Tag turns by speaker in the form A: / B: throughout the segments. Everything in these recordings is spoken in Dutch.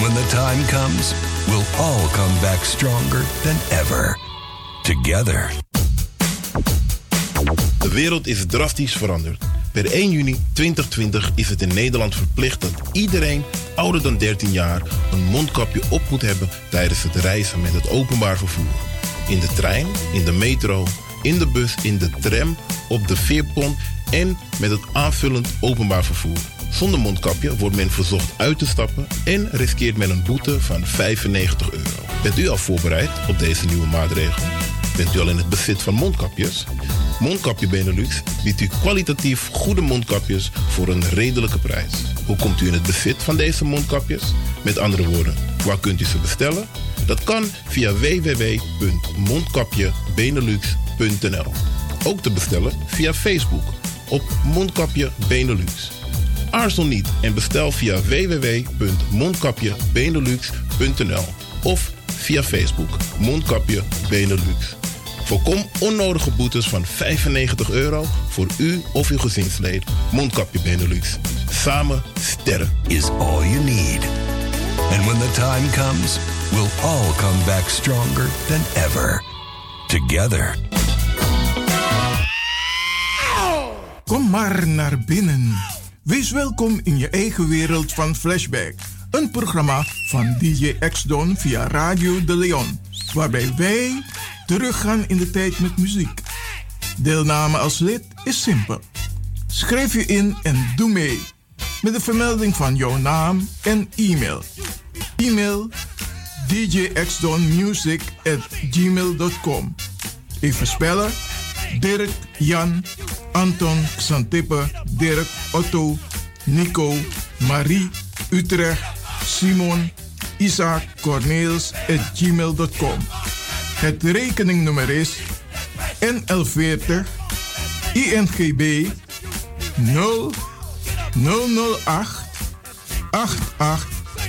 A: when the time comes, we'll all come back stronger than ever. Together.
B: De wereld is drastisch veranderd. Per 1 juni 2020 is het in Nederland verplicht dat iedereen ouder dan 13 jaar een mondkapje op moet hebben tijdens het reizen met het openbaar vervoer. In de trein, in de metro, in de bus, in de tram, op de veerpont en met het aanvullend openbaar vervoer. Zonder mondkapje wordt men verzocht uit te stappen en riskeert men een boete van €95. Bent u al voorbereid op deze nieuwe maatregel? Bent u al in het bezit van mondkapjes? Mondkapje Benelux biedt u kwalitatief goede mondkapjes voor een redelijke prijs. Hoe komt u in het bezit van deze mondkapjes? Met andere woorden, waar kunt u ze bestellen? Dat kan via www.mondkapjebenelux.nl. Ook te bestellen via Facebook op Mondkapje Benelux. Aarzel niet en bestel via www.mondkapjebenelux.nl of via Facebook Mondkapje Benelux. Voorkom onnodige boetes van €95 voor u of uw gezinslid. Mondkapje Benelux. Samen sterk
A: is all you need. And when the time comes, we'll all come back stronger than ever. Together.
C: Kom maar naar binnen. Wees welkom in je eigen wereld van Flashback. Een programma van DJ X-Don via Radio De Leon. Waarbij wij teruggaan in de tijd met muziek. Deelname als lid is simpel. Schrijf je in en doe mee. Met de vermelding van jouw naam en e-mail. E-mail djxdonmusic@gmail.com. Even spellen. Dirk, Jan, Anton, Xantippe, Dirk, Otto, Nico, Marie, Utrecht, Simon, Isaac, Corneels @gmail.com. Het rekeningnummer is NL40 INGB 0008 88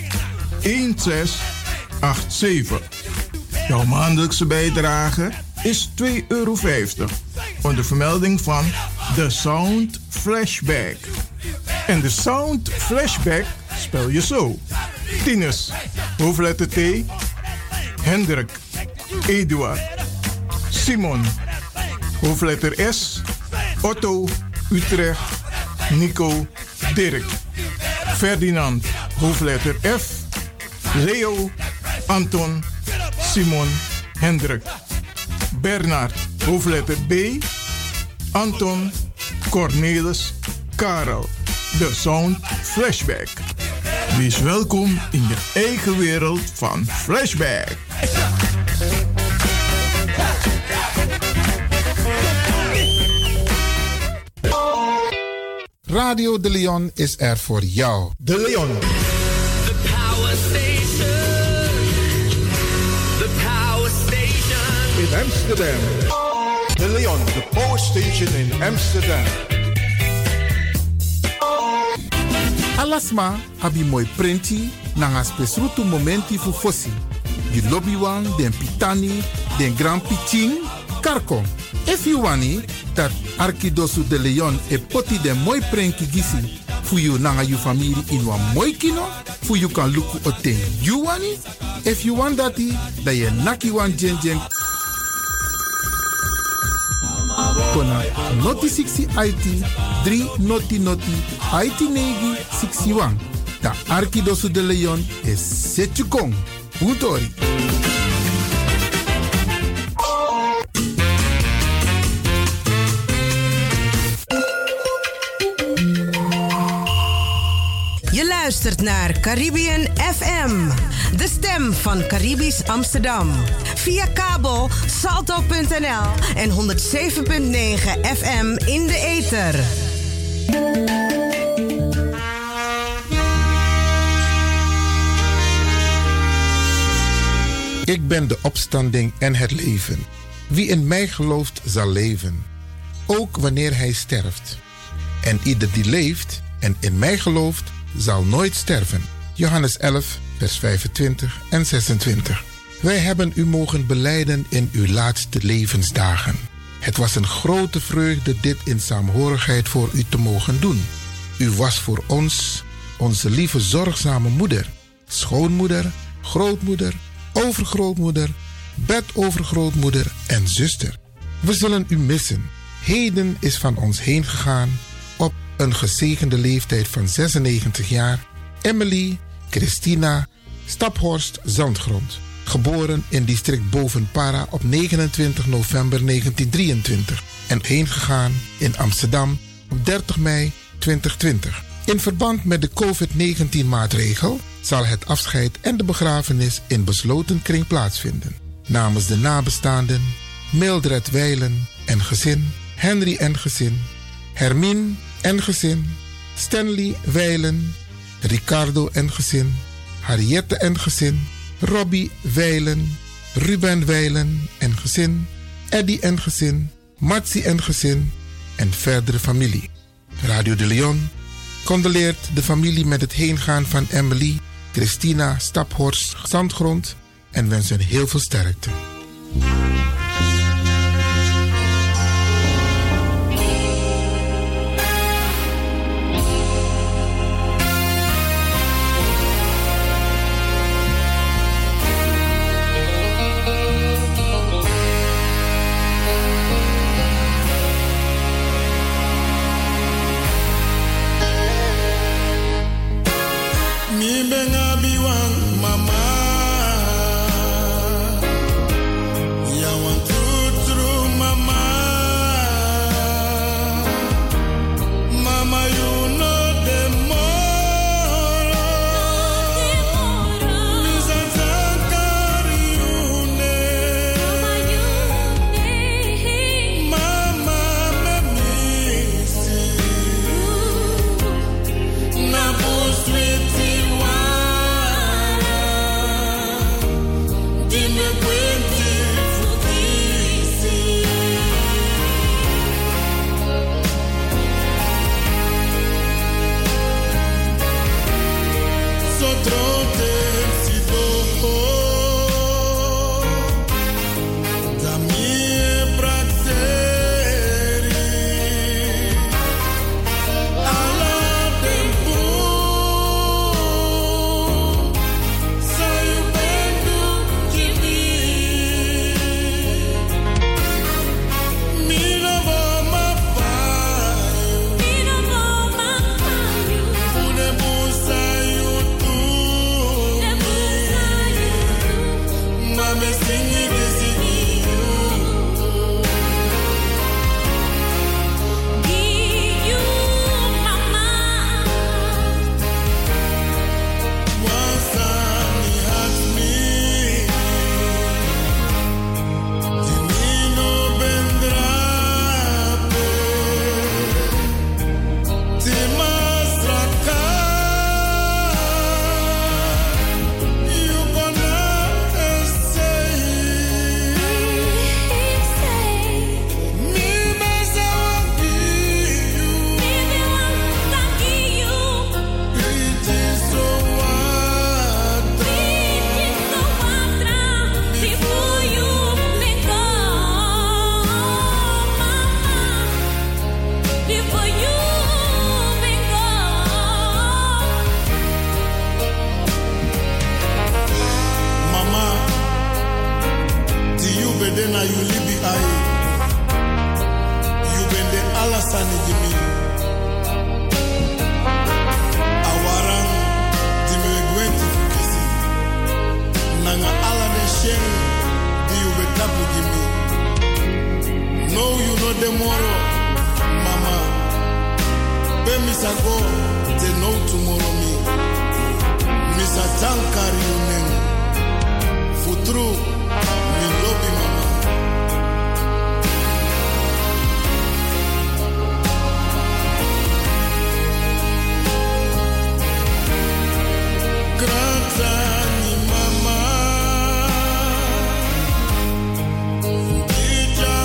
C: 1687. Jouw maandelijkse bijdrage is €2,50 onder vermelding van The Sound Flashback. En de Sound Flashback spel je zo: Tinus, hoofdletter T, Hendrik, Eduard, Simon, hoofdletter S, Otto, Utrecht, Nico, Dirk, Ferdinand, hoofdletter F, Leo, Anton, Simon, Hendrik, Bernard, hoofdletter B, Anton, Cornelis, Karel. De Sound Flashback. Wees welkom in je eigen wereld van Flashback.
D: Radio De Leon is er voor jou.
C: De Leon.
E: The Power Station. The Power Station.
C: In Amsterdam. De Leon, de Power Station in Amsterdam.
D: Alasma abi moi prenti nanga spesrutu momenti fu fossi. Di lobby wan, den pitani, den grand piching, karko. If you wani, dat Arkidosu de Leon e poti den moi prenki gisi. Fu you nanga you family in wan moi kino, fu you kan luku oten you wani. If you want dati, da ye naki wan jen jen. Kona noti 60 IT 3 noti IT negi 61. Da Arkidosu de Leon is Setjukong. Utori.
F: Je luistert naar Caribbean FM, de stem van Caribisch Amsterdam. Via kabel salto.nl en 107.9 FM in de ether.
D: Ik ben de opstanding en het leven. Wie in mij gelooft, zal leven. Ook wanneer hij sterft. En ieder die leeft en in mij gelooft, zal nooit sterven. Johannes 11, vers 25 en 26. Wij hebben u mogen belijden in uw laatste levensdagen. Het was een grote vreugde dit in saamhorigheid voor u te mogen doen. U was voor ons onze lieve zorgzame moeder. schoonmoeder, grootmoeder, overgrootmoeder, bedovergrootmoeder en zuster. We zullen u missen. Heden is van ons heen gegaan op een gezegende leeftijd van 96 jaar Emily Christina Staphorst Zandgrond. Geboren in district Bovenpara op 29 november 1923 en heen gegaan in Amsterdam op 30 mei 2020. In verband met de COVID-19 maatregel zal het afscheid en de begrafenis in besloten kring plaatsvinden. Namens de nabestaanden Mildred Wijlen en gezin, Henry en gezin, Hermine en gezin, Stanley Wijlen, Ricardo en gezin, Harriette en gezin, Robbie Wijlen, Ruben Wijlen en gezin, Eddie en gezin, Matsi en gezin en verdere familie. Radio de Leon condoleert de familie met het heengaan van Emily Christina Staphorst Zandgrond en wens hen heel veel sterkte.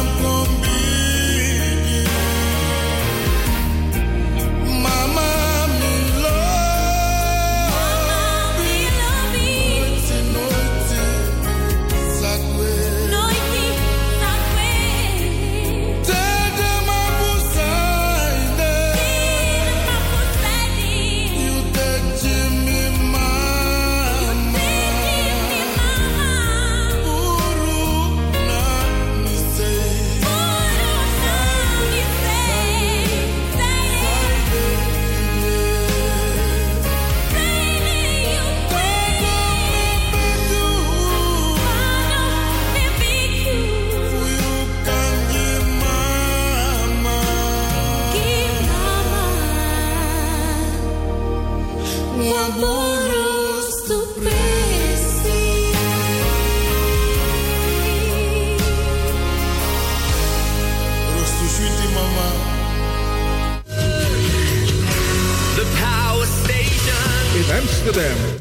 G: Mama
E: Waboros tu presi.
B: Rostu sweetie mama.
E: The Power Station.
C: In Amsterdam.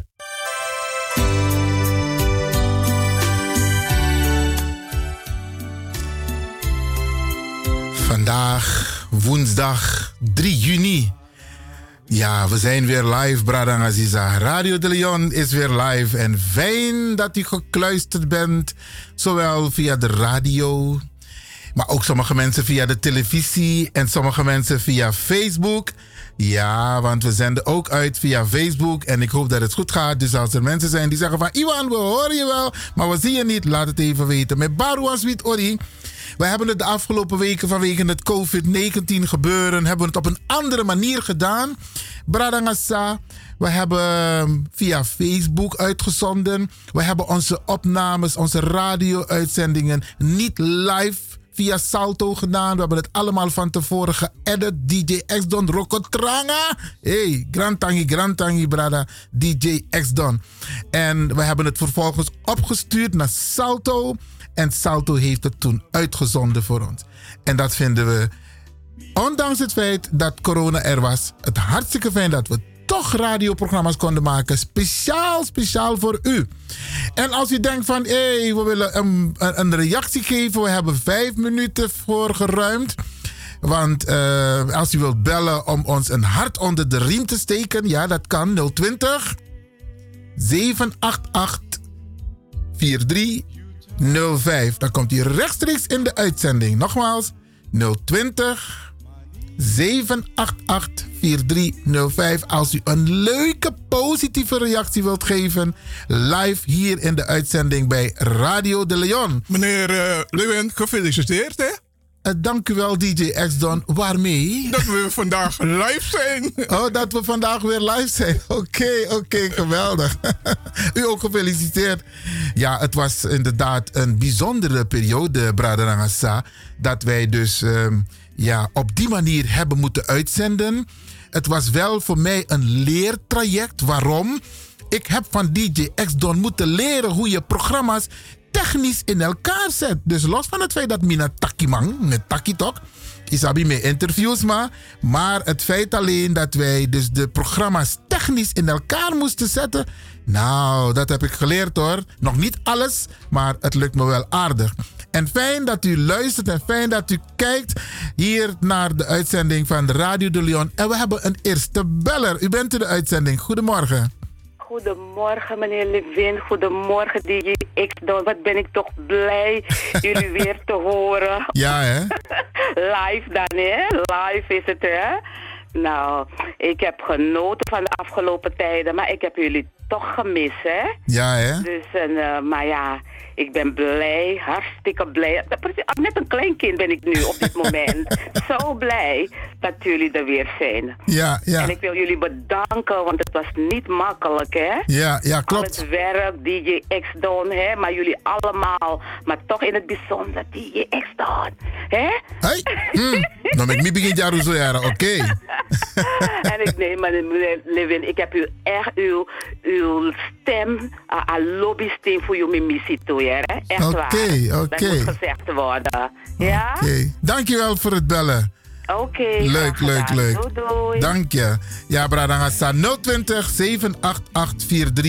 D: Vandaag, woensdag 3 juni. Ja, we zijn weer live, Brada Aziza. Radio de Leon is weer live. En fijn dat u gekluisterd bent. Zowel via de radio, maar ook sommige mensen via de televisie. En sommige mensen via Facebook. Ja, want we zenden ook uit via Facebook. En ik hoop dat het goed gaat. Dus als er mensen zijn die zeggen van... Iwan, we horen je wel, maar we zien je niet. Laat het even weten. Met Baruas Wit Ori. We hebben het de afgelopen weken vanwege het COVID-19 gebeuren... hebben we het op een andere manier gedaan. Bradangasa, we hebben via Facebook uitgezonden. We hebben onze opnames, onze radio-uitzendingen niet live via Salto gedaan. We hebben het allemaal van tevoren geëdit. DJ X-Don Rokotranga. Hey, Grantangi, brada. DJ X-Don. En we hebben het vervolgens opgestuurd naar Salto... En Salto heeft het toen uitgezonden voor ons. En dat vinden we, ondanks het feit dat corona er was... het hartstikke fijn dat we toch radioprogramma's konden maken. Speciaal voor u. En als u denkt van, we willen een reactie geven... we hebben 5 minuten voor geruimd. Want als u wilt bellen om ons een hart onder de riem te steken... ja, dat kan 020 788 4305. Dan komt hij rechtstreeks in de uitzending. Nogmaals, 020 788 4305. Als u een leuke, positieve reactie wilt geven... live hier in de uitzending bij Radio de Leon.
C: Meneer Lewin, gefeliciteerd hè?
D: Dank u wel, DJ X-Don. Waarmee?
C: Dat we vandaag live zijn.
D: Oh, dat we vandaag weer live zijn. Oké, geweldig. U ook gefeliciteerd. Ja, het was inderdaad een bijzondere periode, Brada Rangasa. Dat wij dus op die manier hebben moeten uitzenden. Het was wel voor mij een leertraject. Waarom? Ik heb van DJ X-Don moeten leren hoe je programma's technisch in elkaar zet. Dus los van het feit dat mina takimang, met takitok, isabi met interviews maar het feit alleen dat wij dus de programma's technisch in elkaar moesten zetten, nou, dat heb ik geleerd hoor. Nog niet alles, maar het lukt me wel aardig. En fijn dat u luistert en fijn dat u kijkt hier naar de uitzending van Radio de Leon. En we hebben een eerste beller. U bent in de uitzending. Goedemorgen.
G: Goedemorgen meneer Levin, goedemorgen DJ X-Don. Wat ben ik toch blij jullie weer te horen.
D: Ja hè?
G: Live dan hè, live is het hè. Nou, ik heb genoten van de afgelopen tijden, maar ik heb jullie toch gemist hè.
D: Ja hè?
G: Dus, maar ja, ik ben blij, hartstikke blij. Net een kleinkind ben ik nu op dit moment. Zo blij dat jullie er weer zijn.
D: Ja.
G: En ik wil jullie bedanken, want het was niet makkelijk, hè?
D: Ja, klopt.
G: Al het werk, DJ X-Don, hè? Maar jullie allemaal, maar toch in het bijzonder DJ X-Don, hè?
D: Hey, dan ben ik niet begin jaren zo jaren, oké.
G: En ik neem, meneer Levin, ik heb u echt uw stem, een lobbystem voor jullie missie toe, hè? Echt waar. Dat moet gezegd worden. Ja?
D: Oké. Dankjewel voor het bellen.
G: Oké.
D: Leuk.
G: Doei.
D: Dank je. Ja, Bradangasa 020 788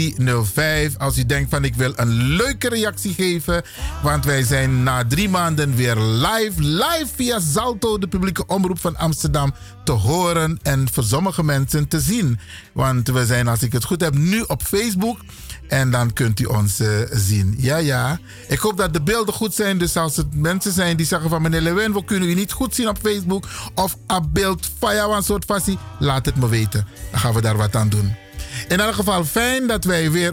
D: 4305. Als u denkt van ik wil een leuke reactie geven. Want wij zijn na 3 maanden weer live via Salto, de publieke omroep van Amsterdam, te horen en voor sommige mensen te zien. Want we zijn, als ik het goed heb, nu op Facebook. En dan kunt u ons zien. Ja. Ik hoop dat de beelden goed zijn. Dus als het mensen zijn die zeggen van meneer Lewin, we kunnen u niet goed zien op Facebook. Of op beeld via een soort passie. Laat het me weten. Dan gaan we daar wat aan doen. In elk geval fijn dat wij weer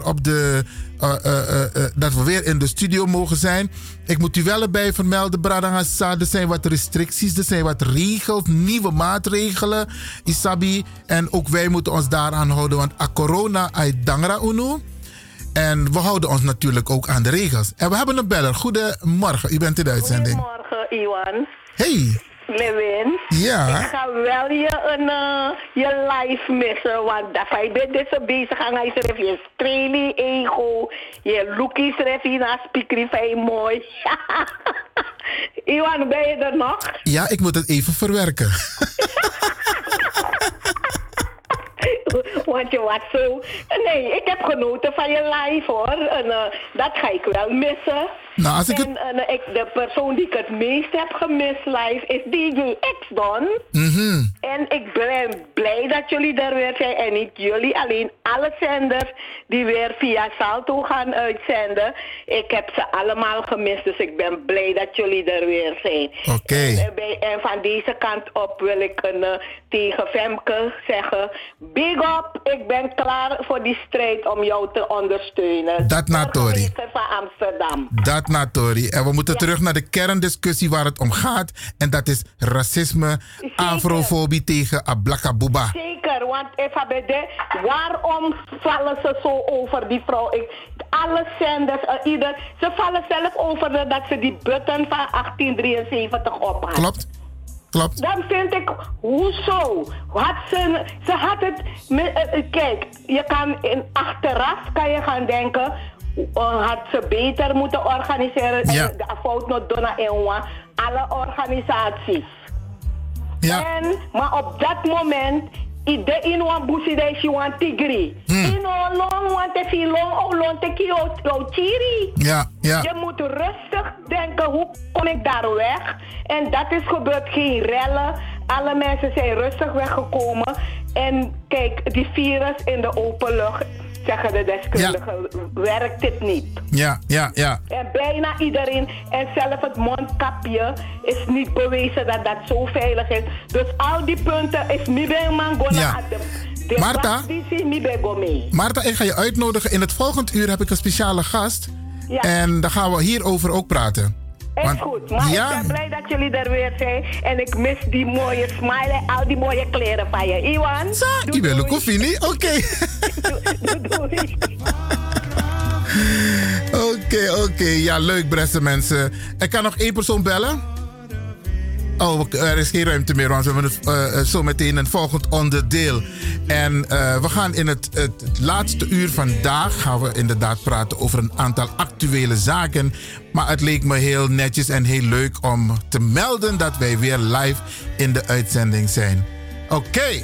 D: dat we weer in de studio mogen zijn. Ik moet u wel erbij vermelden, Bradangasa, er zijn wat restricties, er zijn wat regels, nieuwe maatregelen, Isabi. En ook wij moeten ons daaraan houden, want a corona uit Dangra Unu. En we houden ons natuurlijk ook aan de regels. En we hebben een beller. Goedemorgen, u bent in de uitzending.
G: Goedemorgen, Iwan.
D: Hey.
G: Lewin.
D: Ja.
G: Ik ga wel je live missen, want daar ben je dus bezig aan je streli ego, je lookies refina speaker mooi. Iwan, ben je er nog?
D: Ja, ik moet het even verwerken.
G: Want je was zo... Nee, ik heb genoten van je live hoor. En, dat ga ik wel missen.
D: Nou, als ik
G: de persoon die ik het meest heb gemist live is DJ X-Don. En ik ben blij dat jullie er weer zijn. En niet jullie, alleen alle zenders die weer via Salto gaan uitzenden. Ik heb ze allemaal gemist, dus ik ben blij dat jullie er weer zijn.
D: Oké.
G: En van deze kant op wil ik tegen Femke zeggen... Big up, ik ben klaar voor die strijd om jou te ondersteunen.
D: Dat Natori.
G: Van Amsterdam.
D: Dat Natori. En we moeten terug naar de kerndiscussie waar het om gaat. En dat is racisme, afrofobie tegen Ablakabuba.
G: Zeker, want waarom vallen ze zo over die vrouw? Alle zenders, ze vallen zelf over dat ze die button van 1873 ophad.
D: Klopt.
G: Dan vind ik, hoezo? Ze had het... kijk, je kan achteraf kan je gaan denken... had ze beter moeten organiseren.
D: Ja.
G: De fout not donna enwa. Alle organisaties.
D: Ja.
G: Maar op dat moment... Ide in wan busi de si wan tigri. In long wan te fi long te ki o chiri.
D: Ja.
G: Je moet rustig denken, hoe kom ik daar weg? En dat is gebeurd, geen rellen. Alle mensen zijn rustig weggekomen. En kijk, die virus in de open lucht, zeggen de deskundigen, werkt dit niet.
D: Ja.
G: En bijna iedereen, en zelfs het mondkapje, is niet bewezen dat dat zo veilig is. Dus al die punten is niet bij Mangona.
D: Marta, ik ga je uitnodigen. In het volgende uur heb ik een speciale gast. Ja. En dan gaan we hierover ook praten.
G: Is goed, maar ik ben blij dat jullie er weer zijn. En ik mis die mooie smile en al die mooie kleren van je. Iwan?
D: Ik ben een koffie, oké.
G: Doei.
D: Oké. Ja, leuk, beste mensen. Ik kan nog 1 persoon bellen. Oh, er is geen ruimte meer, want we hebben zo meteen een volgend onderdeel. En we gaan in het laatste uur vandaag gaan we inderdaad praten over een aantal actuele zaken. Maar het leek me heel netjes en heel leuk om te melden dat wij weer live in de uitzending zijn. Oké.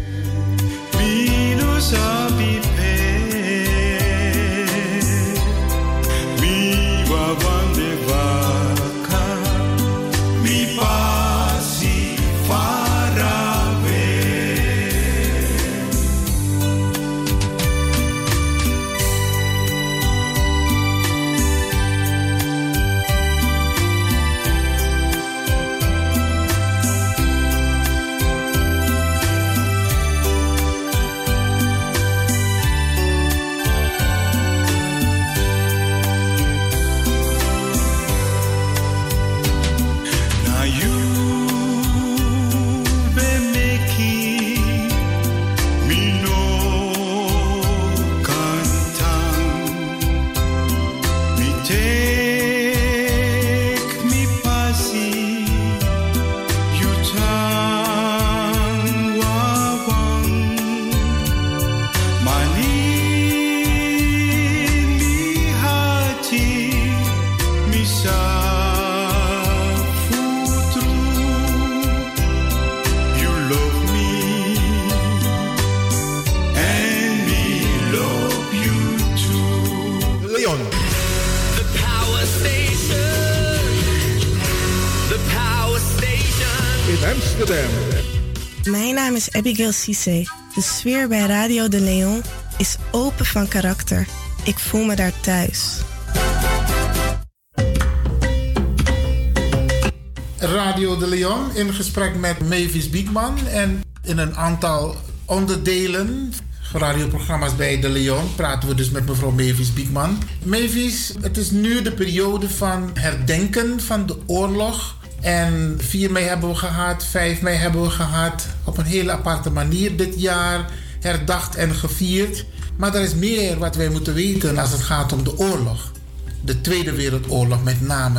H: Mijn naam is Abigail Cissé. De sfeer bij Radio de Leon is open van karakter. Ik voel me daar thuis.
D: Radio de Leon in gesprek met Mavis Biekman. En in een aantal onderdelen, radioprogramma's bij de Leon, praten we dus met mevrouw Mavis Biekman. Mavis, het is nu de periode van herdenken van de oorlog. En 4 mei hebben we gehad, 5 mei hebben we gehad. Op een hele aparte manier dit jaar herdacht en gevierd. Maar er is meer wat wij moeten weten als het gaat om de oorlog. De Tweede Wereldoorlog met name.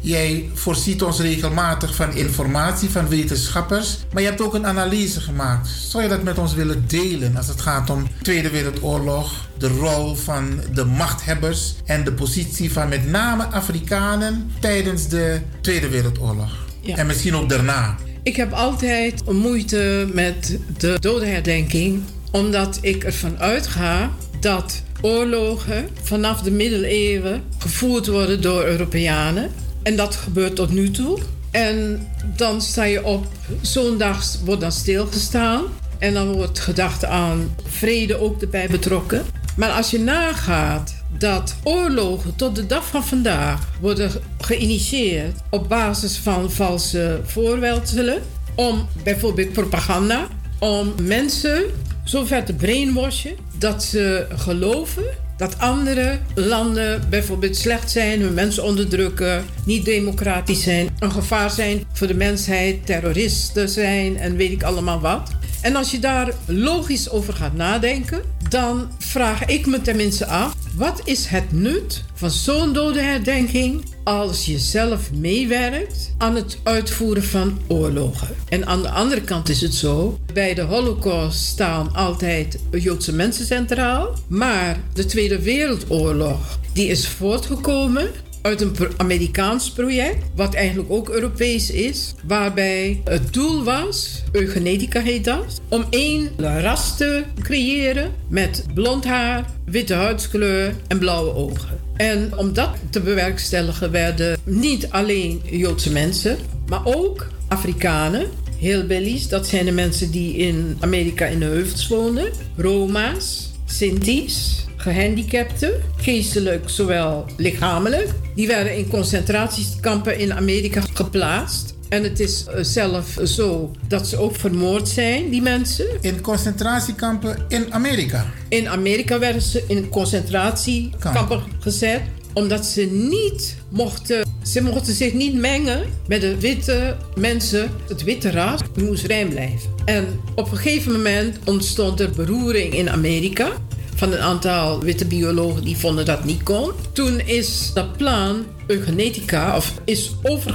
D: Jij voorziet ons regelmatig van informatie van wetenschappers. Maar je hebt ook een analyse gemaakt. Zou je dat met ons willen delen als het gaat om Tweede Wereldoorlog, de rol van de machthebbers en de positie van met name Afrikanen tijdens de Tweede Wereldoorlog? Ja. En misschien ook daarna.
I: Ik heb altijd moeite met de dodenherdenking, omdat ik ervan uitga dat oorlogen vanaf de middeleeuwen gevoerd worden door Europeanen. En dat gebeurt tot nu toe. En dan sta je op, zo'n dag wordt dan stilgestaan. En dan wordt gedacht aan vrede ook erbij betrokken. Maar als je nagaat dat oorlogen tot de dag van vandaag worden geïnitieerd op basis van valse voorwendselen, om bijvoorbeeld propaganda, om mensen zover te brainwashen dat ze geloven dat andere landen bijvoorbeeld slecht zijn, hun mensen onderdrukken, niet democratisch zijn, een gevaar zijn voor de mensheid, terroristen zijn en weet ik allemaal wat. En als je daar logisch over gaat nadenken, dan vraag ik me tenminste af, wat is het nut van zo'n dodenherdenking als je zelf meewerkt aan het uitvoeren van oorlogen? En aan de andere kant is het zo, bij de Holocaust staan altijd Joodse mensen centraal, maar de Tweede Wereldoorlog die is voortgekomen uit een Amerikaans project, wat eigenlijk ook Europees is, waarbij het doel was, eugenetica heet dat, om één ras te creëren met blond haar, witte huidskleur en blauwe ogen. En om dat te bewerkstelligen werden niet alleen Joodse mensen, maar ook Afrikanen, hillbillies, dat zijn de mensen die in Amerika in de heuvels woonden, Roma's, Sinti's, gehandicapten, geestelijk zowel lichamelijk. Die werden in concentratiekampen in Amerika geplaatst. En het is zelf zo dat ze ook vermoord zijn, die mensen.
D: In concentratiekampen in Amerika?
I: In Amerika werden ze in concentratiekampen gezet, omdat ze niet mochten. Ze mochten zich niet mengen met de witte mensen, het witte ras. Die moest rein blijven. En op een gegeven moment ontstond er beroering in Amerika van een aantal witte biologen die vonden dat niet kon. Toen is dat plan eugenetica is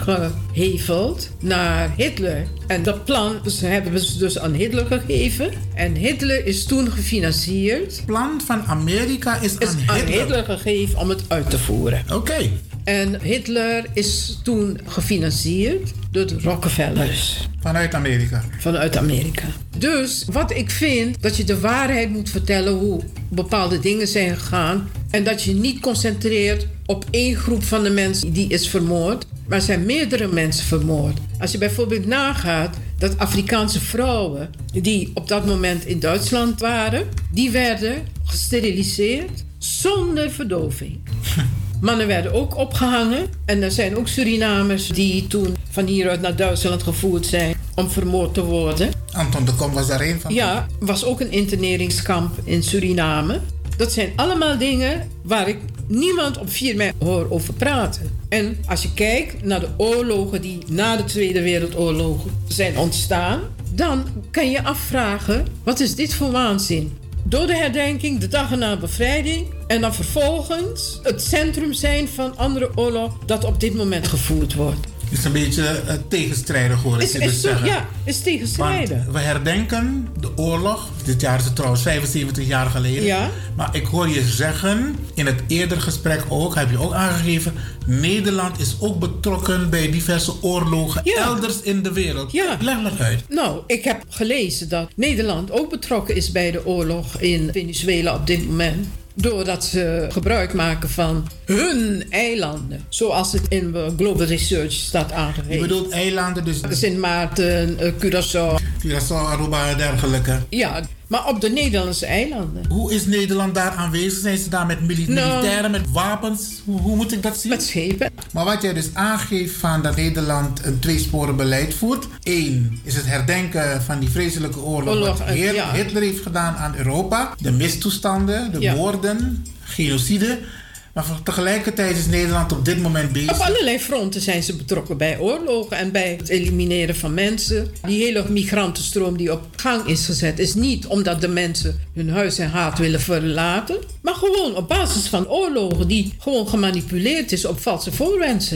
I: overgeheveld naar Hitler. En dat plan hebben ze dus aan Hitler gegeven. En Hitler is toen gefinancierd.
D: Het plan van Amerika is aan
I: Hitler gegeven om het uit te voeren.
D: Oké.
I: En Hitler is toen gefinancierd door de Rockefellers.
D: Vanuit Amerika?
I: Vanuit Amerika. Dus wat ik vind, dat je de waarheid moet vertellen hoe bepaalde dingen zijn gegaan. En dat je niet concentreert op één groep van de mensen die is vermoord. Maar er zijn meerdere mensen vermoord. Als je bijvoorbeeld nagaat dat Afrikaanse vrouwen die op dat moment in Duitsland waren, die werden gesteriliseerd zonder verdoving. Mannen werden ook opgehangen. En er zijn ook Surinamers die toen van hieruit naar Duitsland gevoerd zijn om vermoord te worden.
D: Anton de Kom was daar een van?
I: Ja, was ook een interneringskamp in Suriname. Dat zijn allemaal dingen waar ik niemand op 4 mei hoor over praten. En als je kijkt naar de oorlogen die na de Tweede Wereldoorlog zijn ontstaan, dan kan je afvragen, wat is dit voor waanzin? Door de herdenking, de dagen na bevrijding en dan vervolgens het centrum zijn van andere oorlog dat op dit moment gevoerd wordt.
D: Het is een beetje tegenstrijdig, hoor ik je dus zeggen.
I: Ja, is tegenstrijdig.
D: Want we herdenken de oorlog. Dit jaar is het trouwens 75 jaar geleden.
I: Ja.
D: Maar ik hoor je zeggen, in het eerdere gesprek ook, heb je ook aangegeven, Nederland is ook betrokken bij diverse oorlogen elders in de wereld.
I: Ja.
D: Leg dat uit.
I: Nou, ik heb gelezen dat Nederland ook betrokken is bij de oorlog in Venezuela op dit moment. Doordat ze gebruik maken van hun eilanden. Zoals het in Global Research staat aangegeven.
D: Je bedoelt eilanden dus?
I: Sint Maarten, Curaçao.
D: Curaçao, Aruba en dergelijke.
I: Ja, maar op de Nederlandse eilanden.
D: Hoe is Nederland daar aanwezig? Zijn ze daar met militairen, met wapens? Hoe moet ik dat zien?
I: Met schepen.
D: Maar wat jij dus aangeeft van dat Nederland een tweesporen beleid voert. 1 is het herdenken van die vreselijke oorlog wat Hitler heeft gedaan aan Europa. De mistoestanden, de moorden, genocide. Maar tegelijkertijd is Nederland op dit moment bezig.
I: Op allerlei fronten zijn ze betrokken bij oorlogen en bij het elimineren van mensen. Die hele migrantenstroom die op gang is gezet is niet omdat de mensen hun huis en haat willen verlaten. Maar gewoon op basis van oorlogen die gewoon gemanipuleerd is op valse voorwendselen.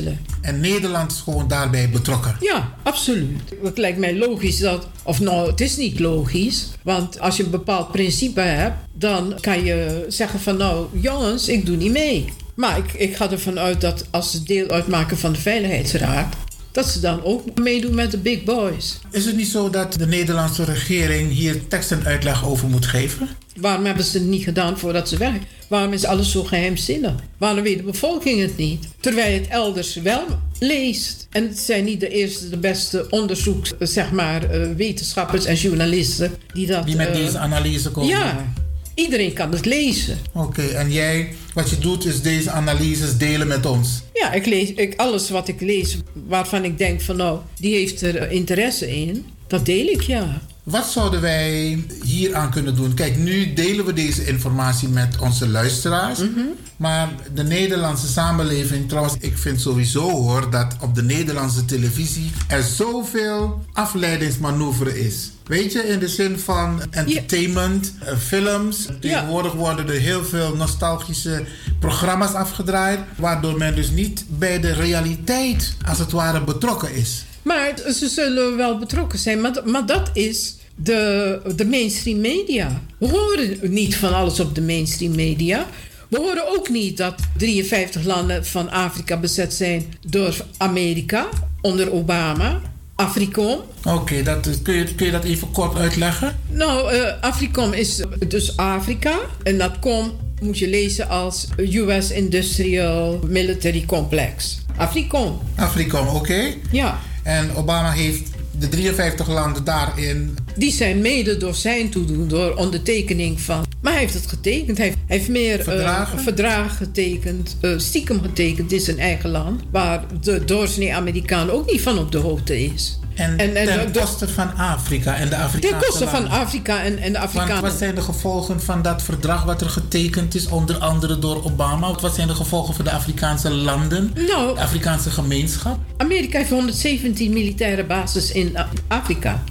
D: En Nederland is gewoon daarbij betrokken.
I: Ja, absoluut. Het lijkt mij logisch dat... Of nou, het is niet logisch. Want als je een bepaald principe hebt... dan kan je zeggen van... nou, jongens, ik doe niet mee. Maar ik ga ervan uit dat als ze deel uitmaken van de Veiligheidsraad... dat ze dan ook meedoen met de big boys.
D: Is het niet zo dat de Nederlandse regering hier tekst en uitleg over moet geven?
I: Waarom hebben ze het niet gedaan voordat ze werken? Waarom is alles zo geheimzinnig? Waarom weet de bevolking het niet? Terwijl je het elders wel leest. En het zijn niet de eerste, de beste onderzoeks, wetenschappers en journalisten die
D: met deze analyse komen.
I: Ja, iedereen kan het lezen.
D: Oké, en jij, wat je doet is deze analyses delen met ons?
I: Ja, alles wat ik lees, waarvan ik denk van nou, die heeft er interesse in, dat deel ik, ja.
D: Wat zouden wij hier aan kunnen doen? Kijk, nu delen we deze informatie met onze luisteraars. Mm-hmm. Maar de Nederlandse samenleving, trouwens, ik vind sowieso hoor... dat op de Nederlandse televisie er zoveel afleidingsmanoeuvre is. Weet je, in de zin van entertainment, films. Tegenwoordig worden er heel veel nostalgische programma's afgedraaid... waardoor men dus niet bij de realiteit, als het ware, betrokken is.
I: Maar ze zullen wel betrokken zijn. Maar dat is de mainstream media. We horen niet van alles op de mainstream media. We horen ook niet dat 53 landen van Afrika bezet zijn door Amerika onder Obama. Africom.
D: Oké, kun je dat even kort uitleggen?
I: Nou, Africom is dus Afrika. En dat moet je lezen als US Industrial Military Complex. Africom.
D: Africom, oké.
I: Ja.
D: En Obama heeft de 53 landen daarin...
I: Die zijn mede door zijn toedoen, door ondertekening van... Maar hij heeft het getekend. Hij heeft meer verdragen getekend, stiekem getekend in zijn eigen land... waar de doorsnee Amerikaan ook niet van op de hoogte is.
D: En ten koste van Afrika en de Afrikaanse
I: ten koste
D: landen.
I: van Afrika en de Afrikanen.
D: Want wat zijn de gevolgen van dat verdrag wat er getekend is... onder andere door Obama? Wat zijn de gevolgen voor de Afrikaanse landen?
I: Nou,
D: de Afrikaanse gemeenschap?
I: Amerika heeft 117 militaire bases in Afrika.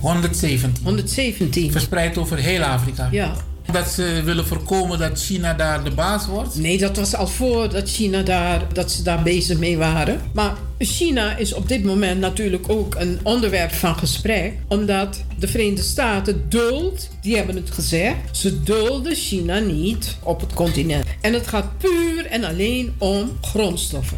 I: 117.
D: Verspreid over heel Afrika?
I: Ja.
D: Dat ze willen voorkomen dat China daar de baas wordt?
I: Nee, dat was al voordat ze daar bezig mee waren. Maar China is op dit moment natuurlijk ook een onderwerp van gesprek. Omdat de Verenigde Staten die hebben het gezegd... ze dulden China niet op het continent. En het gaat puur en alleen om grondstoffen.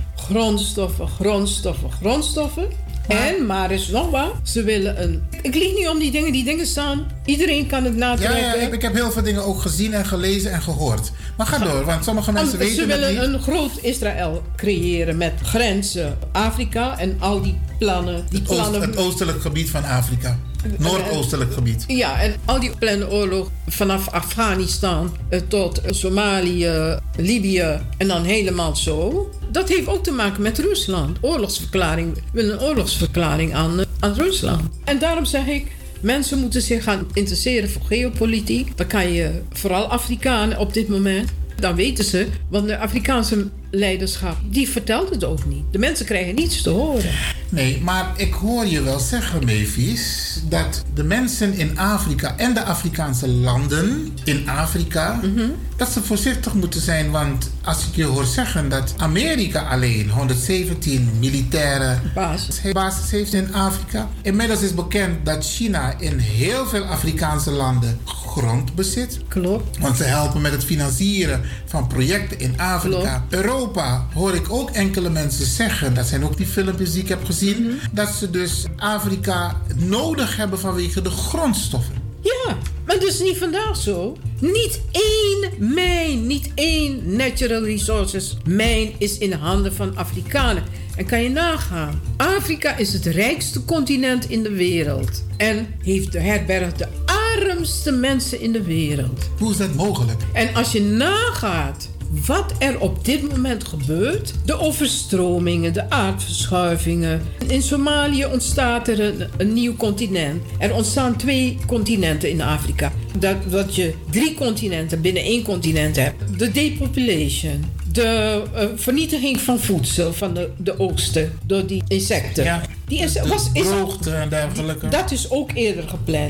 I: Grondstoffen. Maar is nog wat. Ze willen ik lieg niet om die dingen staan. Iedereen kan het natrekken.
D: Ja, ik heb heel veel dingen ook gezien en gelezen en gehoord. Maar ga door, want sommige mensen weten het niet.
I: Ze willen een groot Israël creëren met grenzen Afrika en al die plannen.
D: Het oostelijk gebied van Afrika. Noordoostelijk gebied.
I: Ja, en al die plannen oorlog vanaf Afghanistan tot Somalië, Libië en dan helemaal zo. Dat heeft ook te maken met Rusland. We willen een oorlogsverklaring aan Rusland. En daarom zeg ik, mensen moeten zich gaan interesseren voor geopolitiek. Dan kan je vooral Afrikanen op dit moment... Dan weten ze, want de Afrikaanse leiderschap, die vertelt het ook niet. De mensen krijgen niets te horen.
D: Nee, maar ik hoor je wel zeggen, Mavis, dat de mensen in Afrika en de Afrikaanse landen in Afrika, dat ze voorzichtig moeten zijn. Want als ik je hoor zeggen dat Amerika alleen 117 militaire bases heeft in Afrika. Inmiddels is bekend dat China in heel veel Afrikaanse landen grond bezit.
I: Klopt.
D: Want ze helpen met het financieren van projecten in Afrika. Klopt. Europa hoor ik ook enkele mensen zeggen, dat zijn ook die filmpjes die ik heb gezien, dat ze dus Afrika nodig hebben vanwege de grondstoffen.
I: Ja, maar dat is niet vandaag zo. Niet één mijn, niet één natural resources mijn is in de handen van Afrikanen. En kan je nagaan, Afrika is het rijkste continent in de wereld. En herbergt de armste mensen in de wereld.
D: Hoe is dat mogelijk?
I: En als je nagaat wat er op dit moment gebeurt, de overstromingen, de aardverschuivingen. In Somalië ontstaat er een nieuw continent. Er ontstaan 2 continenten in Afrika. Dat je 3 continenten binnen 1 continent hebt. De depopulation. De vernietiging van voedsel, van de oogsten, door die insecten.
D: Ja, droogte en dergelijke.
I: Dat is ook eerder gepland.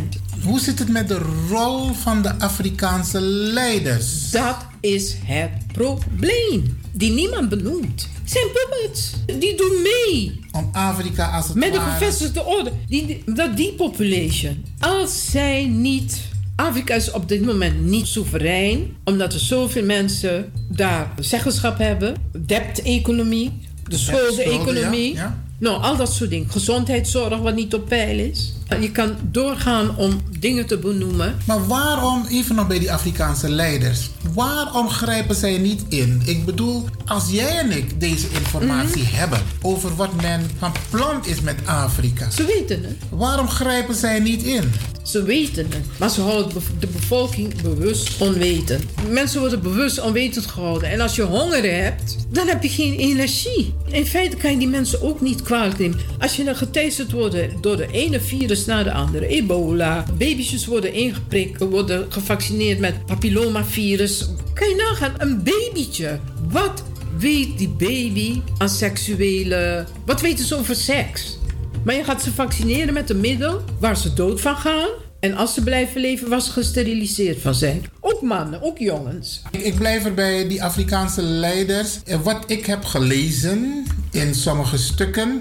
D: Hoe zit het met de rol van de Afrikaanse leiders?
I: Dat is het probleem. Die niemand benoemt. Zijn puppets. Die doen mee.
D: Om Afrika als het
I: met de
D: ware...
I: gevestigde orde. Die population. Als zij niet... Afrika is op dit moment niet soeverein. Omdat er zoveel mensen daar zeggenschap hebben. Debt-economie. De schulden-economie. Ja. Nou, al dat soort dingen. Gezondheidszorg wat niet op peil is. Je kan doorgaan om dingen te benoemen.
D: Maar waarom, even nog bij die Afrikaanse leiders... waarom grijpen zij niet in? Ik bedoel, als jij en ik deze informatie hebben... over wat men van plan is met Afrika...
I: Ze weten het.
D: Waarom grijpen zij niet in?
I: Ze weten het, maar ze houden de bevolking bewust onwetend. Mensen worden bewust onwetend gehouden. En als je honger hebt, dan heb je geen energie. In feite kan je die mensen ook niet kwalijk nemen. Als je dan geteisterd wordt door de ene virus naar de andere. Ebola. Baby's worden ingeprikt, worden gevaccineerd met papillomavirus. Kan je nagaan, een babytje. Wat weet die baby aan seksuele... Wat weten ze over seks? Maar je gaat ze vaccineren met een middel waar ze dood van gaan. En als ze blijven leven, waar ze gesteriliseerd van zijn. Ook mannen, ook jongens.
D: Ik blijf erbij, die Afrikaanse leiders. Wat ik heb gelezen in sommige stukken...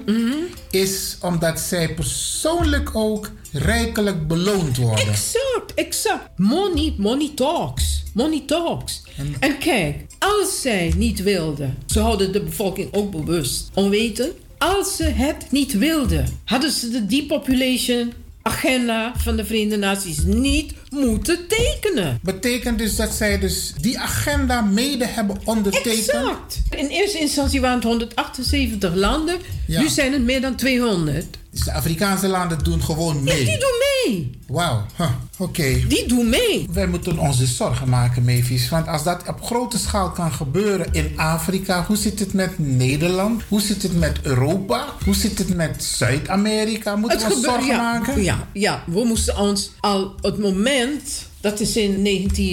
D: is omdat zij persoonlijk ook rijkelijk beloond worden.
I: Exact. Money talks. Money talks. En kijk, als zij niet wilden... ze houden de bevolking ook bewust onwetend... Als ze het niet wilden, hadden ze de depopulation agenda van de Verenigde Naties niet moeten tekenen.
D: Betekent dus dat zij dus die agenda mede hebben ondertekend?
I: Exact. In eerste instantie waren het 178 landen. Ja. Nu zijn het meer dan 200.
D: Dus de Afrikaanse landen doen gewoon mee?
I: Ja, die doen mee.
D: Wauw, oké.
I: Die doen mee.
D: Wij moeten ons dus zorgen maken, Mavis. Want als dat op grote schaal kan gebeuren in Afrika... hoe zit het met Nederland? Hoe zit het met Europa? Hoe zit het met Zuid-Amerika? Moeten we ons zorgen maken?
I: Ja, we moesten ons al het moment... Dat is in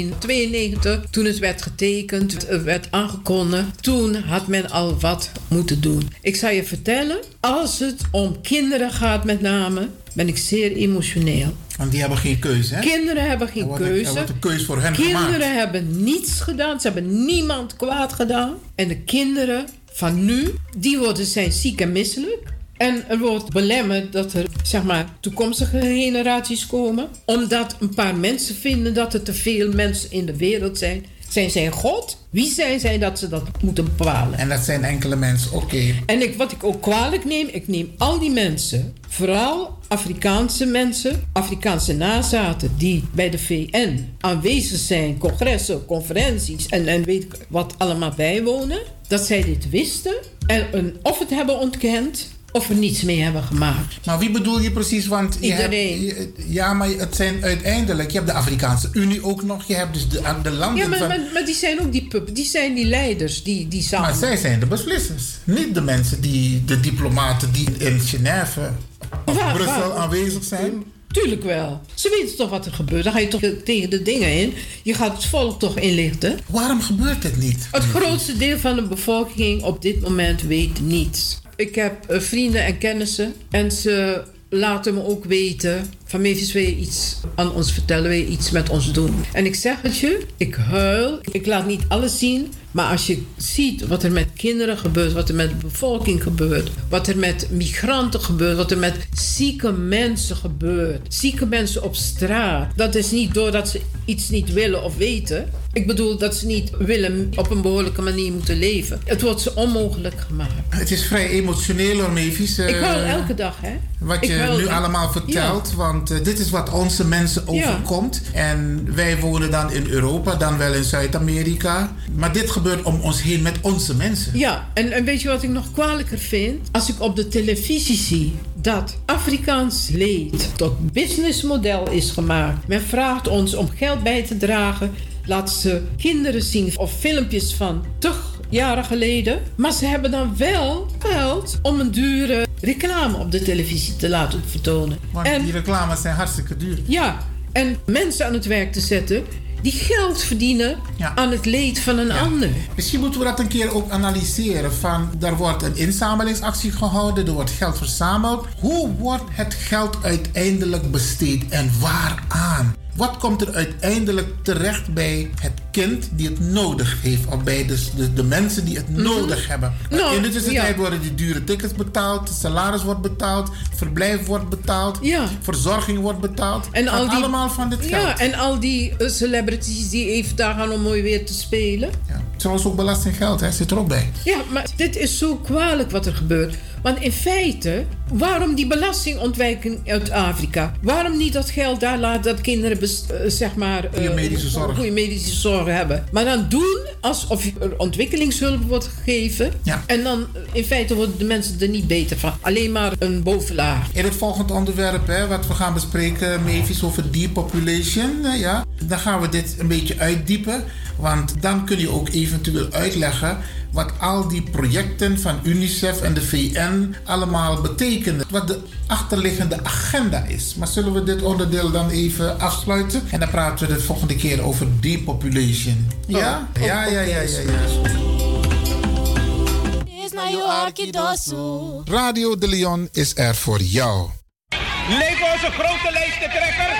I: 1992, toen het werd getekend, het werd aangekondigd. Toen had men al wat moeten doen. Ik zal je vertellen, als het om kinderen gaat met name, ben ik zeer emotioneel.
D: Want die hebben geen keuze, hè?
I: Kinderen hebben geen keuze.
D: Er wordt een keuze voor hen
I: gemaakt.
D: Kinderen
I: hebben niets gedaan. Ze hebben niemand kwaad gedaan. En de kinderen van nu, zijn ziek en misselijk. En er wordt belemmerd dat er, toekomstige generaties komen. Omdat een paar mensen vinden dat er te veel mensen in de wereld zijn. Zijn zij God? Wie zijn zij dat ze dat moeten bepalen?
D: En dat zijn enkele mensen, oké.
I: En wat ik ook kwalijk neem, ik neem al die mensen, vooral Afrikaanse mensen, Afrikaanse nazaten die bij de VN aanwezig zijn, congressen, conferenties en weet ik wat allemaal bijwonen, dat zij dit wisten en of het hebben ontkend... Of er niets mee hebben gemaakt.
D: Maar wie bedoel je precies? Want
I: iedereen.
D: Maar het zijn uiteindelijk... Je hebt de Afrikaanse Unie ook nog. Je hebt dus de landen...
I: Ja, maar die zijn ook die puppen. Die zijn die leiders. Die samen...
D: Maar zij zijn de beslissers. Niet de mensen de diplomaten die in Genève of Brussel aanwezig zijn.
I: Tuurlijk wel. Ze weten toch wat er gebeurt. Dan ga je toch tegen de dingen in. Je gaat het volk toch inlichten.
D: Waarom gebeurt het niet?
I: Het grootste deel van de bevolking op dit moment weet niets. Ik heb vrienden en kennissen en ze laten me ook weten van Mavis, wil je iets aan ons vertellen, wil je iets met ons doen? En ik zeg het je, ik huil, ik laat niet alles zien, maar als je ziet wat er met kinderen gebeurt, wat er met de bevolking gebeurt, wat er met migranten gebeurt, wat er met zieke mensen gebeurt, zieke mensen op straat, dat is niet doordat ze iets niet willen of weten. Ik bedoel dat ze niet willen op een behoorlijke manier moeten leven. Het wordt ze onmogelijk gemaakt.
D: Het is vrij emotioneel hoor, Mavis.
I: Ik huil elke dag, hè.
D: Wat je nu allemaal vertelt, want dit is wat onze mensen overkomt. Ja. En wij wonen dan in Europa, dan wel in Zuid-Amerika. Maar dit gebeurt om ons heen met onze mensen.
I: Ja, en weet je wat ik nog kwalijker vind? Als ik op de televisie zie dat Afrikaans leed tot businessmodel is gemaakt. Men vraagt ons om geld bij te dragen. Laat ze kinderen zien of filmpjes van jaren geleden. Maar ze hebben dan wel geld om een dure reclame op de televisie te laten vertonen.
D: Want die reclames zijn hartstikke duur.
I: Ja, en mensen aan het werk te zetten die geld verdienen aan het leed van een ander.
D: Misschien moeten we dat een keer ook analyseren. Er wordt een inzamelingsactie gehouden, er wordt geld verzameld. Hoe wordt het geld uiteindelijk besteed en waaraan? Wat komt er uiteindelijk terecht bij het kind die het nodig heeft? Of bij de mensen die het nodig hebben? In de tussentijd worden die dure tickets betaald, het salaris wordt betaald, verblijf wordt betaald, verzorging wordt betaald. En allemaal van dit geld.
I: Ja, en al die celebrities die even daar gaan om mooi weer te spelen.
D: Ja. Zoals ook belastinggeld, hè, zit er ook bij.
I: Ja, maar dit is zo kwalijk wat er gebeurt. Want in feite, waarom die belastingontwijking uit Afrika? Waarom niet dat geld daar laten dat kinderen goede medische zorg hebben? Maar dan doen alsof er ontwikkelingshulp wordt gegeven. Ja. En dan in feite worden de mensen er niet beter van. Alleen maar een bovenlaag.
D: In het volgende onderwerp, wat we gaan bespreken, Mavis, over depopulation. Dan gaan we dit een beetje uitdiepen. Want dan kun je ook eventueel uitleggen wat al die projecten van UNICEF en de VN allemaal betekenen. Wat de achterliggende agenda is. Maar zullen we dit onderdeel dan even afsluiten? En dan praten we de volgende keer over depopulation. Ja? Ja. Radio de Leon is er voor jou.
J: Leven onze grote lijsttrekker!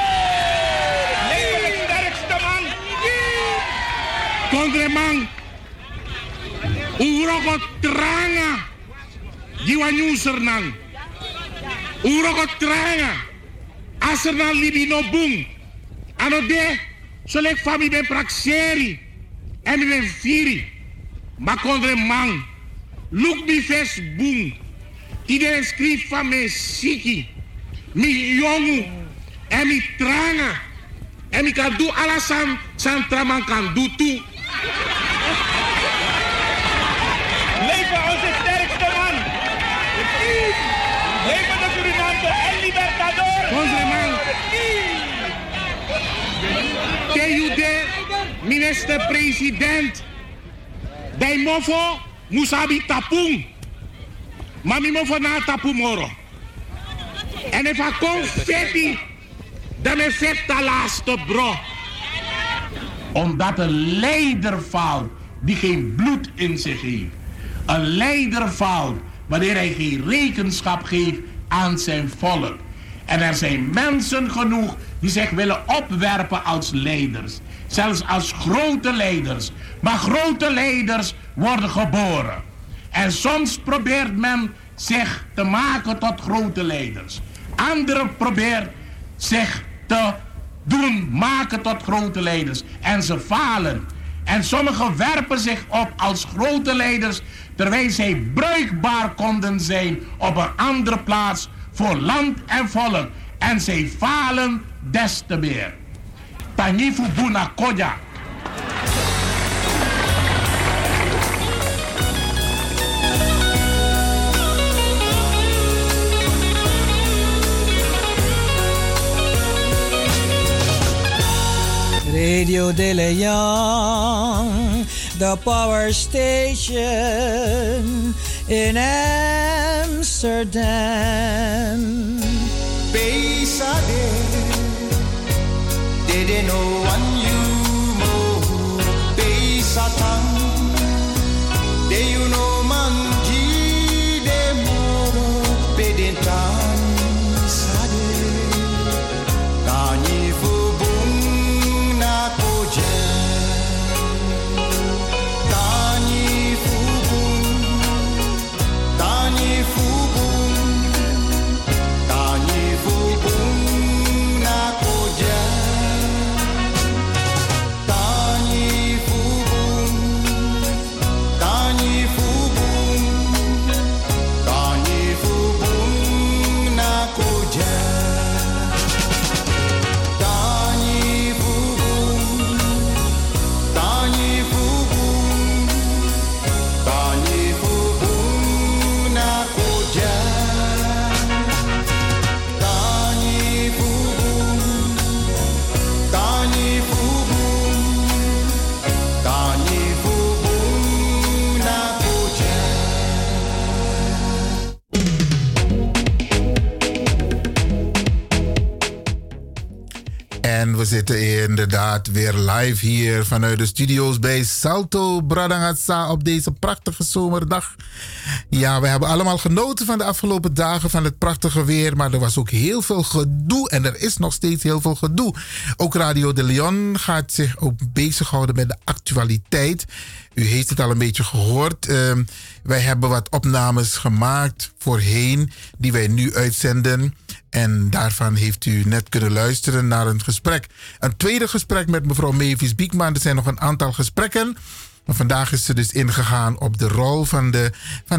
J: Leven de sterkste man! Kondreman! Uroko tranga! Jiwanyusernang! Uroko tranga! Aserna libino boom! Ano de, solek fami ben praxeri! En ben firi! Ma kondreman! Look me face boom! Iedereen schreef van me siki! Mi jongu! En mi tranga! En mi kan doen alles aan traman kan doen toe! Leven onze sterkste man! Leven de Suriname en Libertador! Onze man! Tejude, minister-president, bij mofo musabi tapung. Mami mofo na tapumoro. En if I confetti, dan is het de laatste bro. Omdat een leider valt die geen bloed in zich heeft. Een leider valt wanneer hij geen rekenschap geeft aan zijn volk. En er zijn mensen genoeg die zich willen opwerpen als leiders. Zelfs als grote leiders. Maar grote leiders worden geboren. En soms probeert men zich te maken tot grote leiders. Anderen proberen zich te doen maken tot grote leiders. En ze falen. En sommigen werpen zich op als grote leiders, terwijl zij bruikbaar konden zijn op een andere plaats voor land en volk. En zij falen des te meer. Tanifu Buna Koja.
K: Radio de Leon, the power station in Amsterdam.
L: Pesade, dede no one you mo. Pesatan, de you no man ji de moro. Pedentan sade, kani fu.
D: zitten inderdaad weer live hier vanuit de studio's bij Salto Bradangatsa op deze prachtige zomerdag. Ja, we hebben allemaal genoten van de afgelopen dagen van het prachtige weer, maar er was ook heel veel gedoe en er is nog steeds heel veel gedoe. Ook Radio de Leon gaat zich ook bezighouden met de actualiteit. U heeft het al een beetje gehoord. Wij hebben wat opnames gemaakt voorheen die wij nu uitzenden. En daarvan heeft u net kunnen luisteren naar een gesprek. Een tweede gesprek met mevrouw Mavis Biekman. Er zijn nog een aantal gesprekken. Maar vandaag is ze dus ingegaan op de rol van de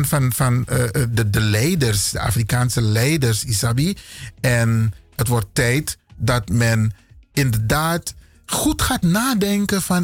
D: leiders, de Afrikaanse leiders, Isabi. En het wordt tijd dat men inderdaad goed gaat nadenken van...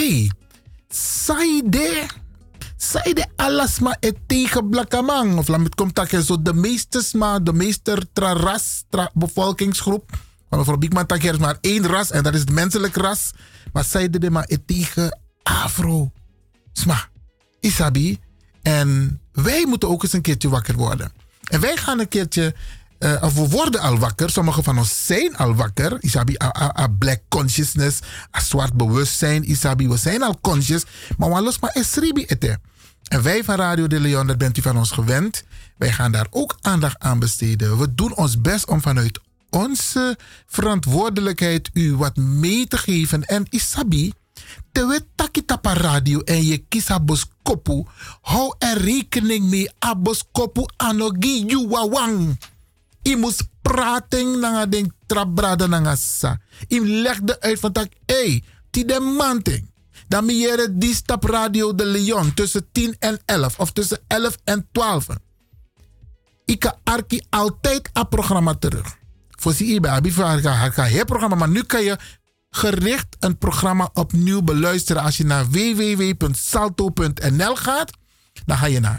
D: Zij de alles maar het tegen blakkamang. Of laat me komt dat zo de meester ras, bevolkingsgroep. Maar mevrouw Biekman tak is maar één ras en dat is het menselijk ras. Maar zij de maar het tegen Afro. Sma, Isabi. En wij moeten ook eens een keertje wakker worden. En wij gaan een keertje... of we worden al wakker. Sommigen van ons zijn al wakker. Isabi, a black consciousness. A zwart bewustzijn. Isabi, we zijn al conscious. Maar we los maar esribi ete. En wij van Radio de Leon, dat bent u van ons gewend. Wij gaan daar ook aandacht aan besteden. We doen ons best om vanuit onze verantwoordelijkheid u wat mee te geven. En Isabi, terwijl takitapa radio en je kies a boskopu, hou er rekening mee a boskopu anogi juwawang. Je moet praten naar de trabrada naar sa. Je legde uit van tak, die de manting. Dan meer die stap Radio de Leon tussen 10 en 11 of tussen 11 en 12. Ik kan arki altijd een programma terug. Voor zie je het programma, maar nu kan je gericht een programma opnieuw beluisteren. Als je naar www.salto.nl gaat, dan ga je naar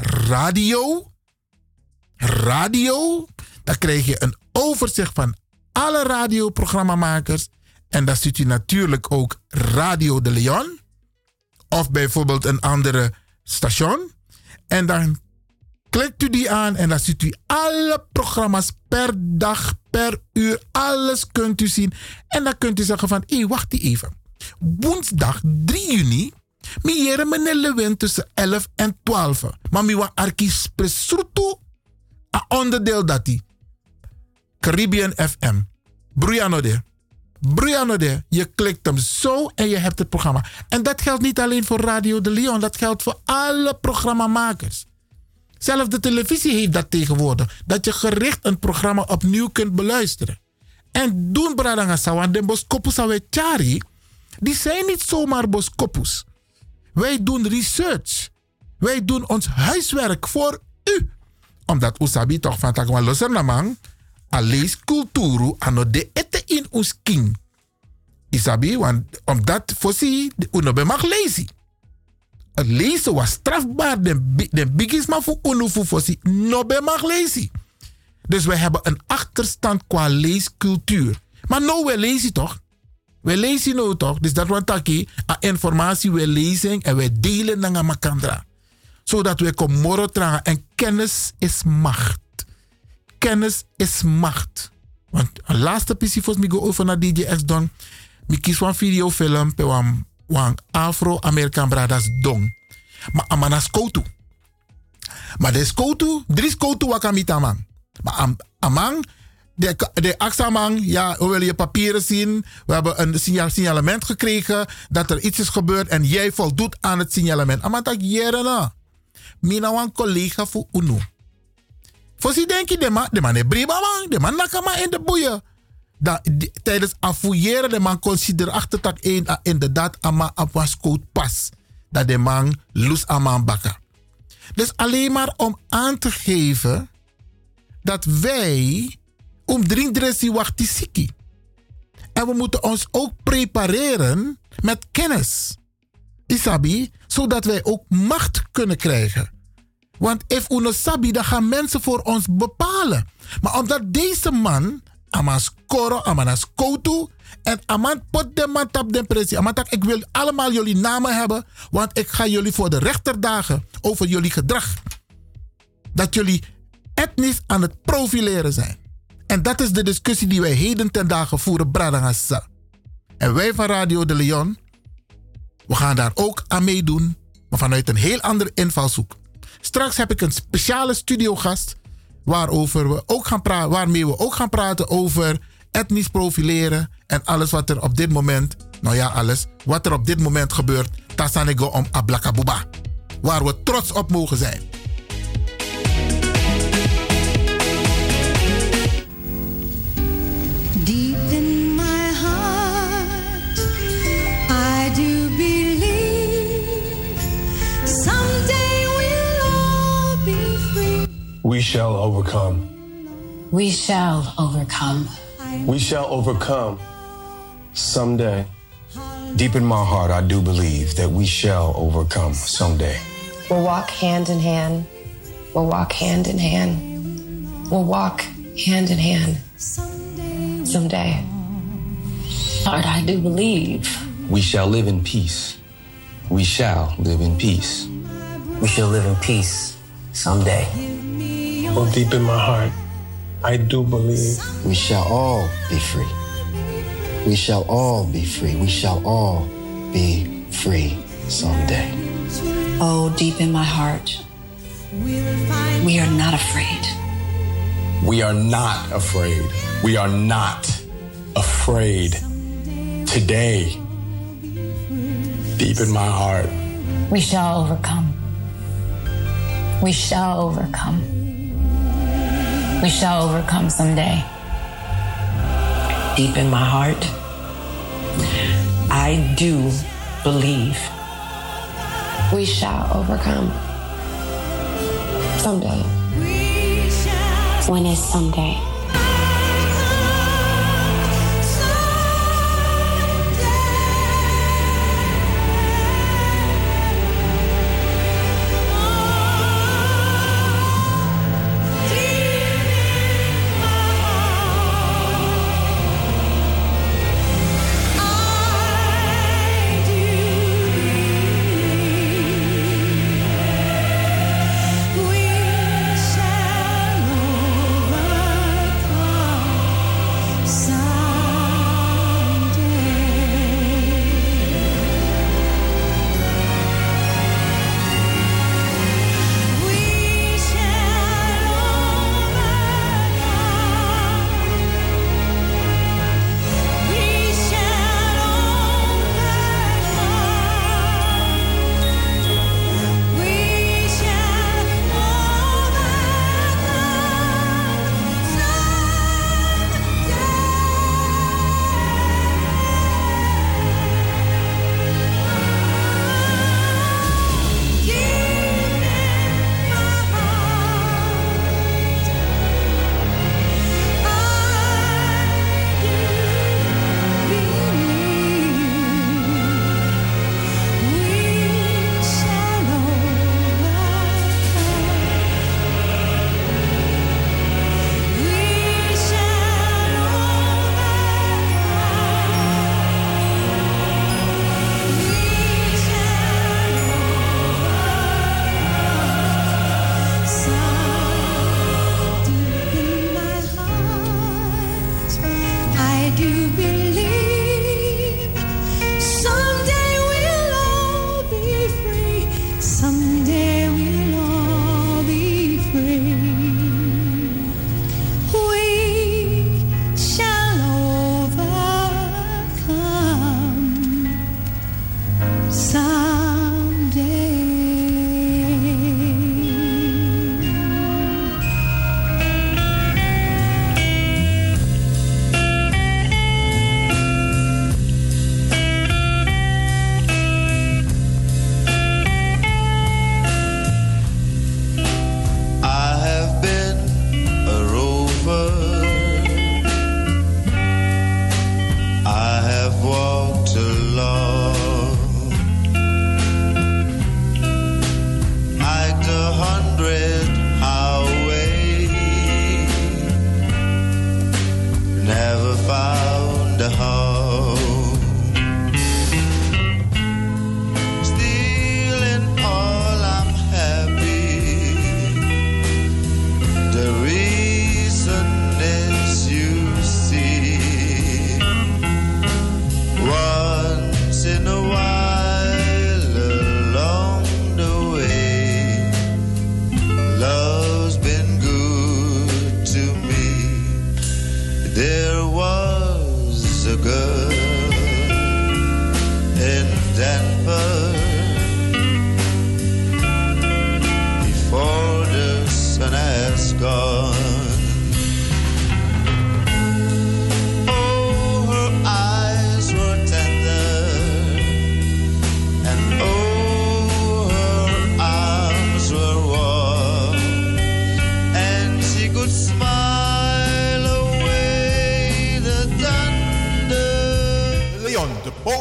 D: radio. Dan krijg je een overzicht van alle radioprogrammamakers. En dan ziet u natuurlijk ook Radio de Leon. Of bijvoorbeeld een andere station. En dan klikt u die aan en dan ziet u alle programma's per dag, per uur. Alles kunt u zien. En dan kunt u zeggen van, wacht even. Woensdag 3 juni, miere meneer Lewin tussen 11 en 12. Maar mi wa arkies presrutu a onderdeel dat die. Caribbean FM. Bruyano de. Je klikt hem zo en je hebt het programma. En dat geldt niet alleen voor Radio de Leon. Dat geldt voor alle programmamakers. Zelfs de televisie heeft dat tegenwoordig. Dat je gericht een programma opnieuw kunt beluisteren. En doen bradangasa, want de boskopus awechari, die zijn niet zomaar boskopus. Wij doen research. Wij doen ons huiswerk voor u. Omdat usabi toch van takwa loser namang,alees culturu ano de ete in ons king. Isabi, want omdat voorzie, uno mag lezen. Het lezen was strafbaar. De bigisma voor unufu voorzie, no be mag lezen. Dus we hebben een achterstand qua leescultuur. Maar nou, we lezen toch? We lezen nou toch? Dus dat want taki, informatie we lezen en we delen naar makandra. Zodat we komen moro tragen. En kennis is macht. Kennis is macht. Want een laatste pissie voor mij go over naar DJ X-Don. Ik kies een videofilm pe wan Afro-Amerikaan bradas dong. Maar amana skoutu. Maar de skoutu, 3 skoutu wakamita man. Maar amang, de aksamang, ja, we willen je papieren zien. We hebben een signalement gekregen dat er iets is gebeurd en jij voldoet aan het signalement. Amantak jerena. Mina wan collega voor UNO. Voorzie denk je, de man is briba man, de man nakama in de boeien. Tijdens affouilleren, de man consider achtertak 1 inderdaad ama afwaskoot pas. Dat de man loes ama bakken. Dus alleen maar om aan te geven dat wij om drinkdressie wachtisiki. En we moeten ons ook prepareren met kennis. Isabi, zodat wij ook macht kunnen krijgen. Want if uno sabi, dan gaan mensen voor ons bepalen. Maar omdat deze man, amas koro, amanas koutu, en aman pot de man tap de pressie. Amantak, ik wil allemaal jullie namen hebben, want ik ga jullie voor de rechter dagen over jullie gedrag. Dat jullie etnisch aan het profileren zijn. En dat is de discussie die wij heden ten dagen voeren, Bradangasa. En wij van Radio de Leon, we gaan daar ook aan meedoen, maar vanuit een heel andere invalshoek. Straks heb ik een speciale studiogast waarmee we ook gaan praten over etnisch profileren en alles wat er op dit moment, wat er op dit moment gebeurt, Tassanego om Ablakabuba, waar we trots op mogen zijn.
M: Deep in my heart, I do believe someday we'll all be free.
N: We shall overcome.
O: We shall overcome.
N: We shall overcome someday. Deep in my heart, I do believe that we shall overcome someday.
O: We'll walk hand in hand. We'll walk hand in hand. We'll walk hand in hand. Someday. Lord, I do believe.
N: We shall live in peace. We shall live in peace.
P: We shall live in peace someday.
N: Oh, deep in my heart, I do believe.
P: We shall all be free. We shall all be free. We shall all be free someday.
O: Oh, deep in my heart, we are not afraid.
N: We are not afraid. We are not afraid. Today, deep in my heart,
O: we shall overcome. We shall overcome. We shall overcome someday.
P: Deep in my heart, I do believe
O: we shall overcome someday. When is someday?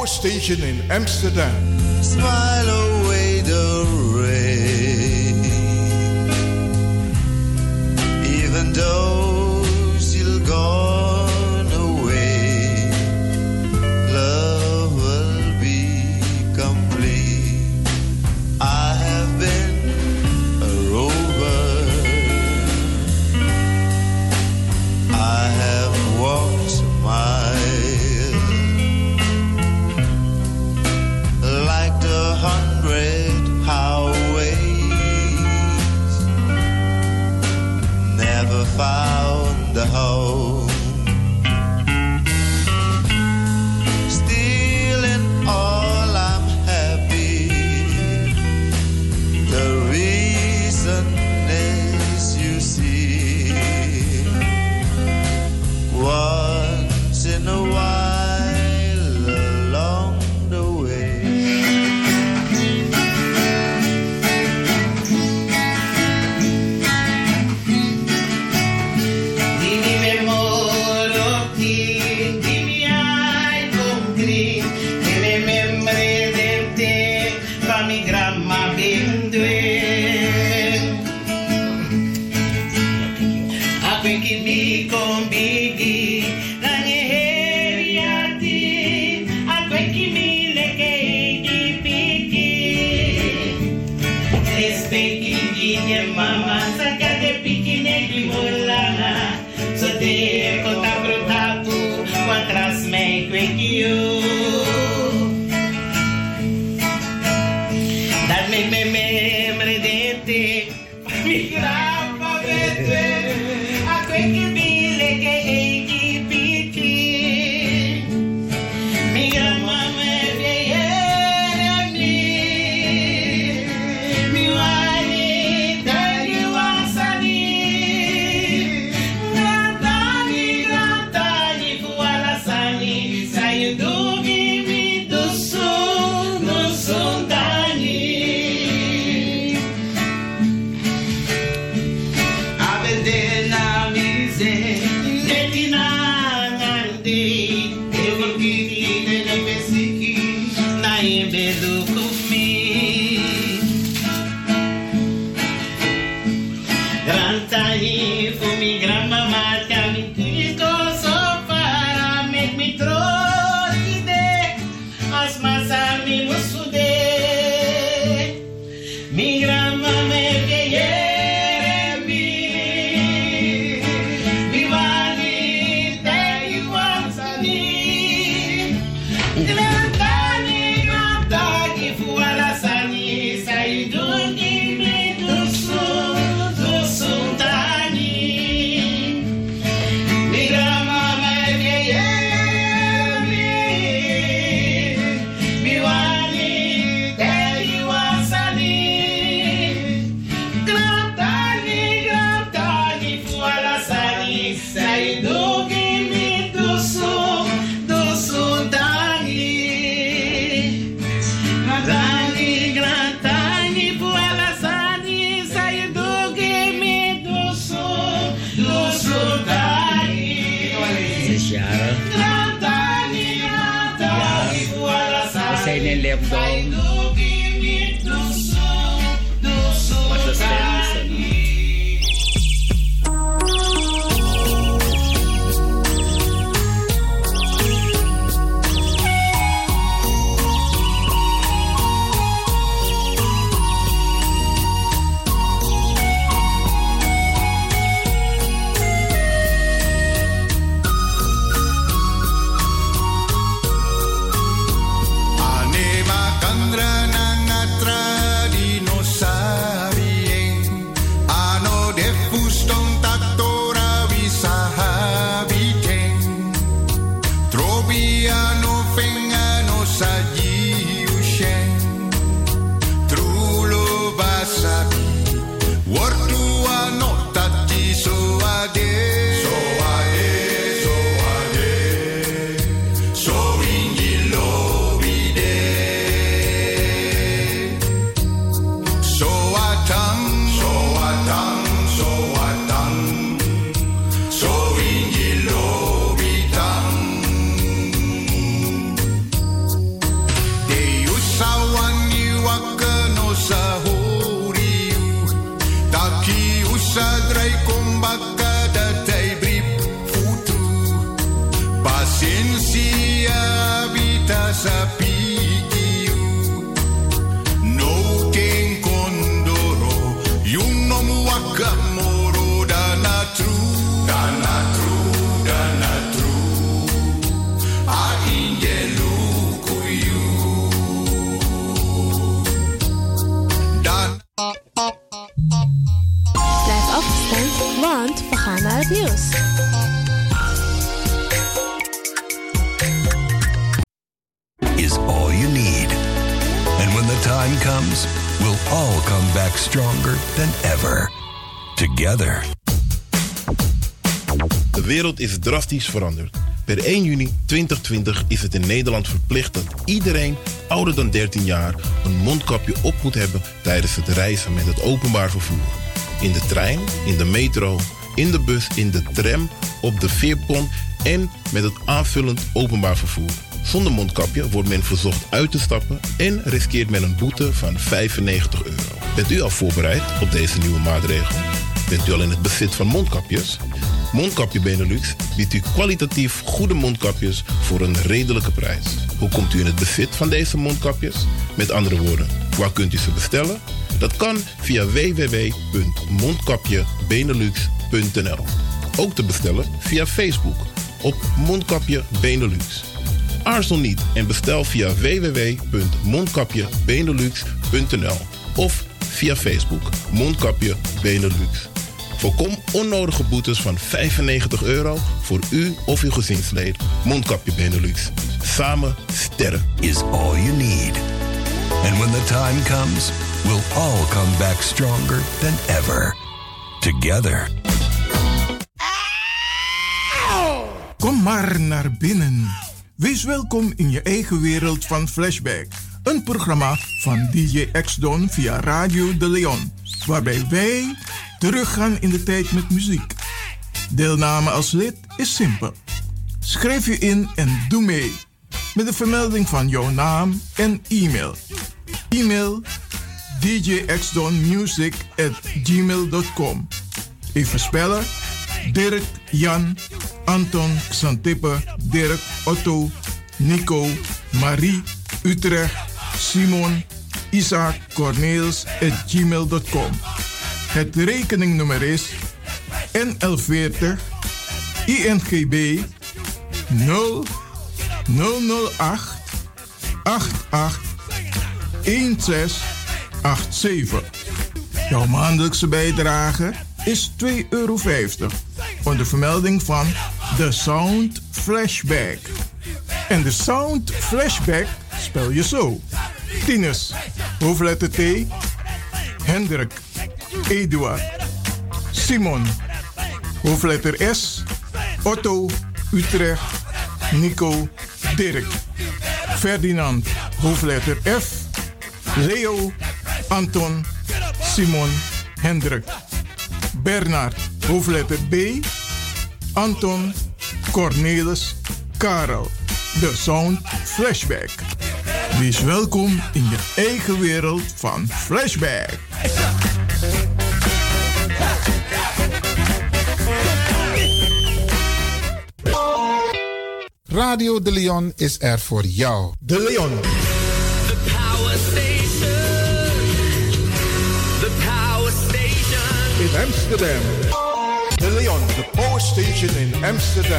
C: Power Station in Amsterdam.
L: Smile away the rain, even though still gone away, love will be complete. I have been a rover, I have walked a mile, like the 100 highways, never found the home. Still in all I'm happy. The reason is you see, once in a while along the way.
E: Mama, saca de piquine de mulana, so de conta brutato, quatras me quequio. That make me membre de te, mi grapa vete, a queque bile que eiki piqui. Mi grama me viene a mí, mi
L: Anima Kandra
Q: Blijf afgestemd, want we gaan naar het nieuws.
A: Is all you need. And when the time comes, we'll all come back stronger than ever. Together.
B: De wereld is drastisch veranderd. Per 1 juni 2020 is het in Nederland verplicht dat iedereen ouder dan 13 jaar een mondkapje op moet hebben tijdens het reizen met het openbaar vervoer. In de trein, in de metro, in de bus, in de tram, op de veerpont en met het aanvullend openbaar vervoer. Zonder mondkapje wordt men verzocht uit te stappen en riskeert men een boete van €95. Bent u al voorbereid op deze nieuwe maatregel? Bent u al in het bezit van mondkapjes? Mondkapje Benelux biedt u kwalitatief goede mondkapjes voor een redelijke prijs. Hoe komt u in het bezit van deze mondkapjes? Met andere woorden, waar kunt u ze bestellen? Dat kan via www.mondkapjebenelux.nl. Ook te bestellen via Facebook op Mondkapje Benelux. Aarzel niet en bestel via www.mondkapjebenelux.nl of via Facebook Mondkapje Benelux. Voorkom onnodige boetes van €95 voor u of uw gezinsleden. Mondkapje Benelux. Samen sterk.
A: Is all you need. And when the time comes, we'll all come back stronger than ever. Together.
C: Kom maar naar binnen. Wees welkom in je eigen wereld van Flashback. Een programma van DJ X-Don via Radio De Leon. Waarbij wij teruggaan in de tijd met muziek. Deelname als lid is simpel. Schrijf je in en doe mee. Met de vermelding van jouw naam en e-mail. E-mail djxdonmusic@gmail.com. Even spellen. Dirk, Jan, Anton, Xantippe, Dirk, Otto, Nico, Marie, Utrecht, Simon, Isaac, Corneels@gmail.com. Het rekeningnummer is NL40 INGB 0008 88 1687. Jouw maandelijkse bijdrage is €2,50 onder vermelding van The Sound Flashback. En de Sound Flashback spel je zo: Tinus, hoofdletter T, Hendrik, Eduard, Simon, hoofdletter S, Otto, Utrecht, Nico, Dirk, Ferdinand, hoofdletter F, Leo, Anton, Simon, Hendrik, Bernard, hoofdletter B, Anton, Cornelis, Karel. De Sound Flashback. Wees welkom in je eigen wereld van Flashback.
D: Radio De Leon is er voor jou.
C: De Leon.
E: The Power Station. The Power Station.
C: In Amsterdam. De Leon, de Power Station in Amsterdam.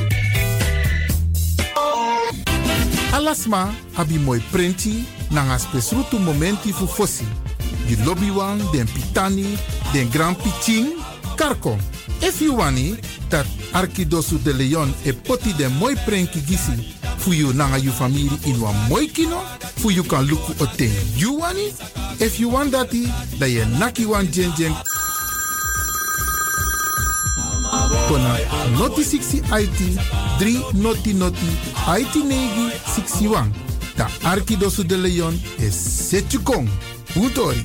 D: Alasma abi moi prenti nanga spesrutu momenti fu fossi. Di lobby wan, den pitani, den grand piching, karko. If you wani, dat Arkidosu de Leon e poti den moi prenki gisi. Fu you nanga you family in wan moi kino. Fu you kan luku oten you wani. If you want dati, da ye naki wan jen jen. Kona noti 60 IT 3 noti IT negi 61. Da Arkidosu de Leon is Setjukong. Utori.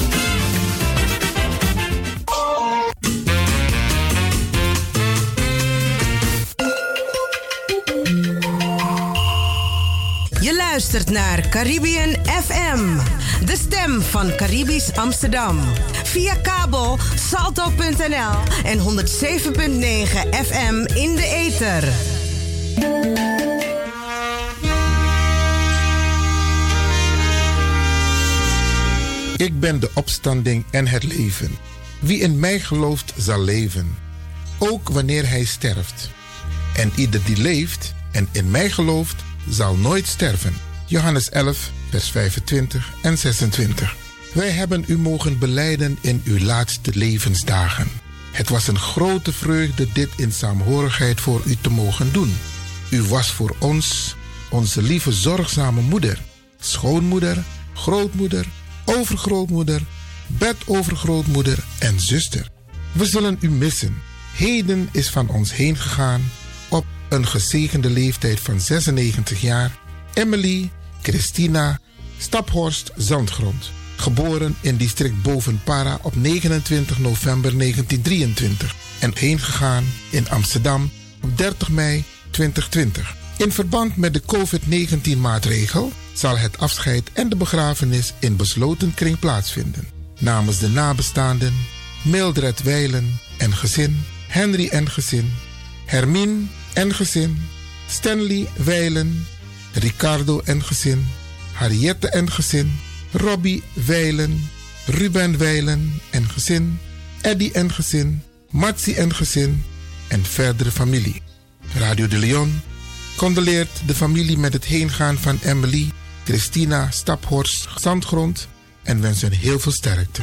F: Je luistert naar Caribbean FM, de stem van Caribisch Amsterdam. Via kabel salto.nl en 107.9 FM in de ether.
D: Ik ben de opstanding en het leven. Wie in mij gelooft, zal leven. Ook wanneer hij sterft. En ieder die leeft en in mij gelooft, zal nooit sterven. Johannes 11, vers 25 en 26. Wij hebben u mogen belijden in uw laatste levensdagen. Het was een grote vreugde dit in saamhorigheid voor u te mogen doen. U was voor ons onze lieve zorgzame moeder, schoonmoeder, grootmoeder, overgrootmoeder, bedovergrootmoeder en zuster. We zullen u missen. Heden is van ons heen gegaan op een gezegende leeftijd van 96 jaar Emily Christina Staphorst Zandgrond. Geboren in district Bovenpara op 29 november 1923 en heen gegaan in Amsterdam op 30 mei 2020. In verband met de COVID-19 maatregel zal het afscheid en de begrafenis in besloten kring plaatsvinden. Namens de nabestaanden Mildred Wijlen en gezin, Henry en gezin, Hermine en gezin, Stanley Wijlen, Ricardo en gezin, Harriette en gezin, Robbie Wijlen, Ruben Wijlen en gezin, Eddie en gezin, Matsi en gezin en verdere familie. Radio de Leon condoleert de familie met het heengaan van Emily Christina Staphorst Zandgrond en wens hen heel veel sterkte.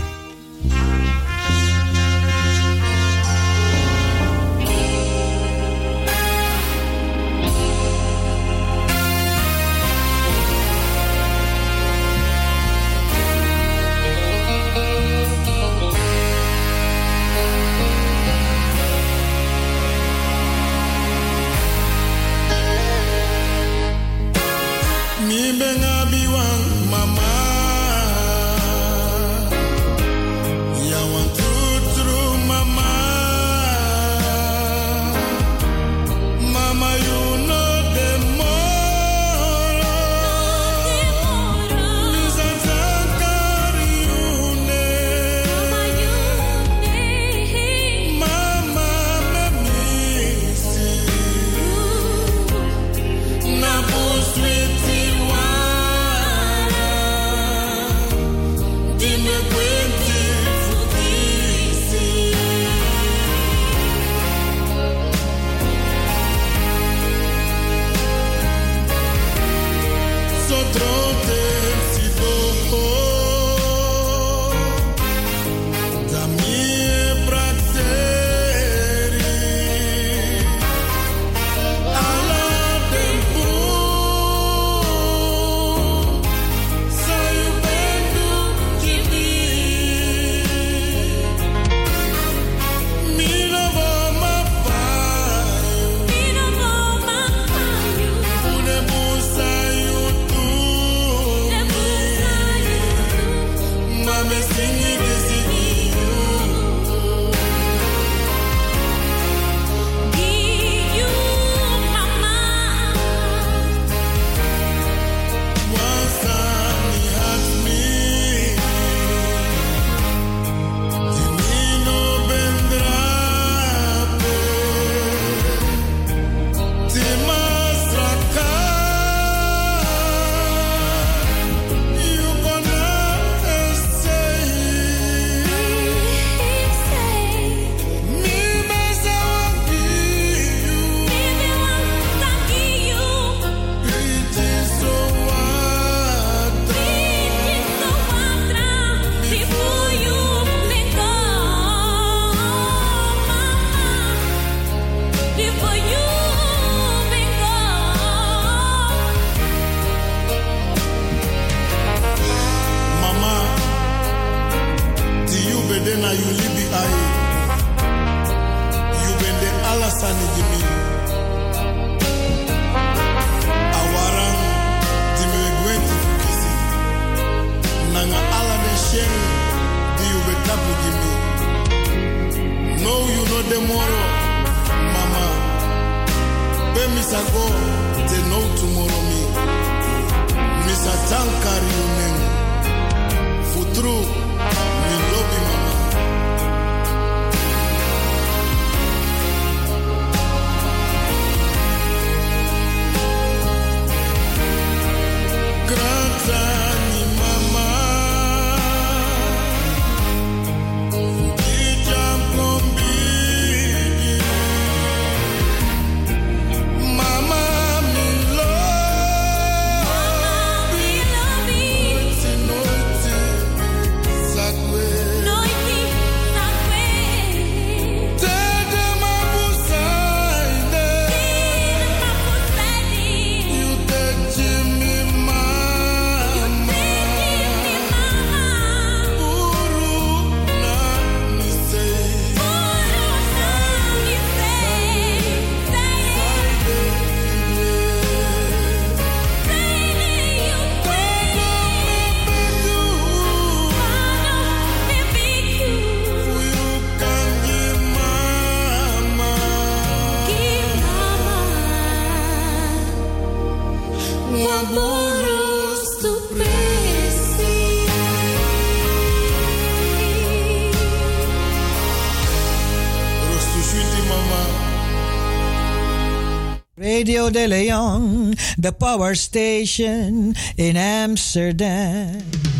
K: Radio de Leon, the power station in Amsterdam.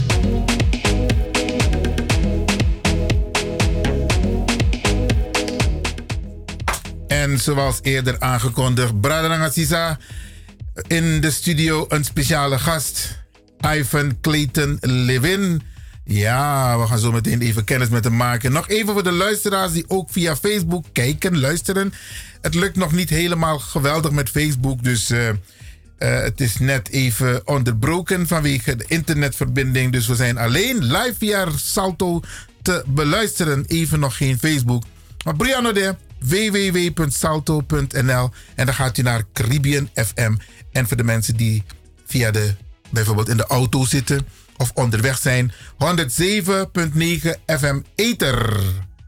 D: En zoals eerder aangekondigd, Brother Sisa in de studio een speciale gast, Ivan Clayton Levin. Ja, we gaan zo meteen even kennis met hem maken. Nog even voor de luisteraars die ook via Facebook kijken, luisteren. Het lukt nog niet helemaal geweldig met Facebook, dus het is net even onderbroken vanwege de internetverbinding. Dus we zijn alleen live via Salto te beluisteren. Even nog geen Facebook. Maar Brianna de www.salto.nl en dan gaat u naar Caribbean FM. En voor de mensen die via bijvoorbeeld in de auto zitten of onderweg zijn, 107.9 FM Ether.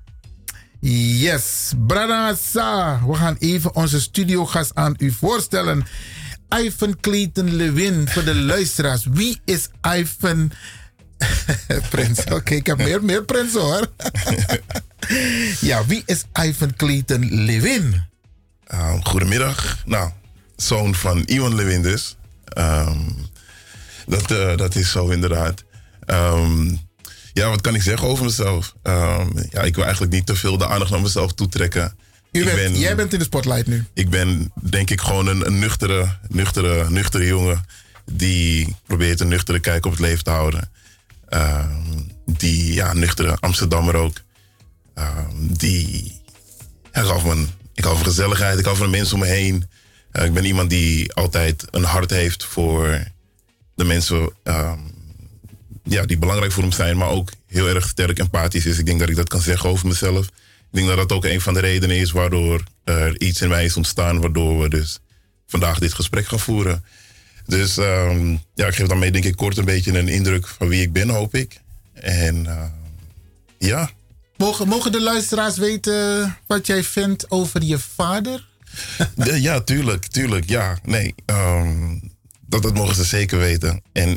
D: Yes, Branasa. We gaan even onze studiogast aan u voorstellen. Ivan Clayton Levin, voor de luisteraars. Wie is Ivan? Prins, oké, ik heb meer Prins hoor. Ja, wie is Ivan Clayton Levin?
B: Goedemiddag. Nou, zoon van Iwan Levin dus. Dat is zo inderdaad. Ja, wat kan ik zeggen over mezelf? Ja, ik wil eigenlijk niet te veel de aandacht naar mezelf toetrekken.
D: Jij bent in de spotlight nu.
B: Ik ben denk ik gewoon een nuchtere jongen die probeert een nuchtere kijk op het leven te houden. Nuchtere Amsterdammer ook. Ik hou van gezelligheid, ik hou van de mensen om me heen. Ik ben iemand die altijd een hart heeft voor de mensen die belangrijk voor hem zijn, maar ook heel erg sterk empathisch is. Ik denk dat ik dat kan zeggen over mezelf. Ik denk dat dat ook een van de redenen is waardoor er iets in mij is ontstaan, waardoor we dus vandaag dit gesprek gaan voeren. Dus ik geef daarmee denk ik kort een beetje een indruk van wie ik ben, hoop ik. En ja.
D: Mogen de luisteraars weten wat jij vindt over je vader?
B: Ja, tuurlijk. Ja, nee. Dat mogen ze zeker weten. En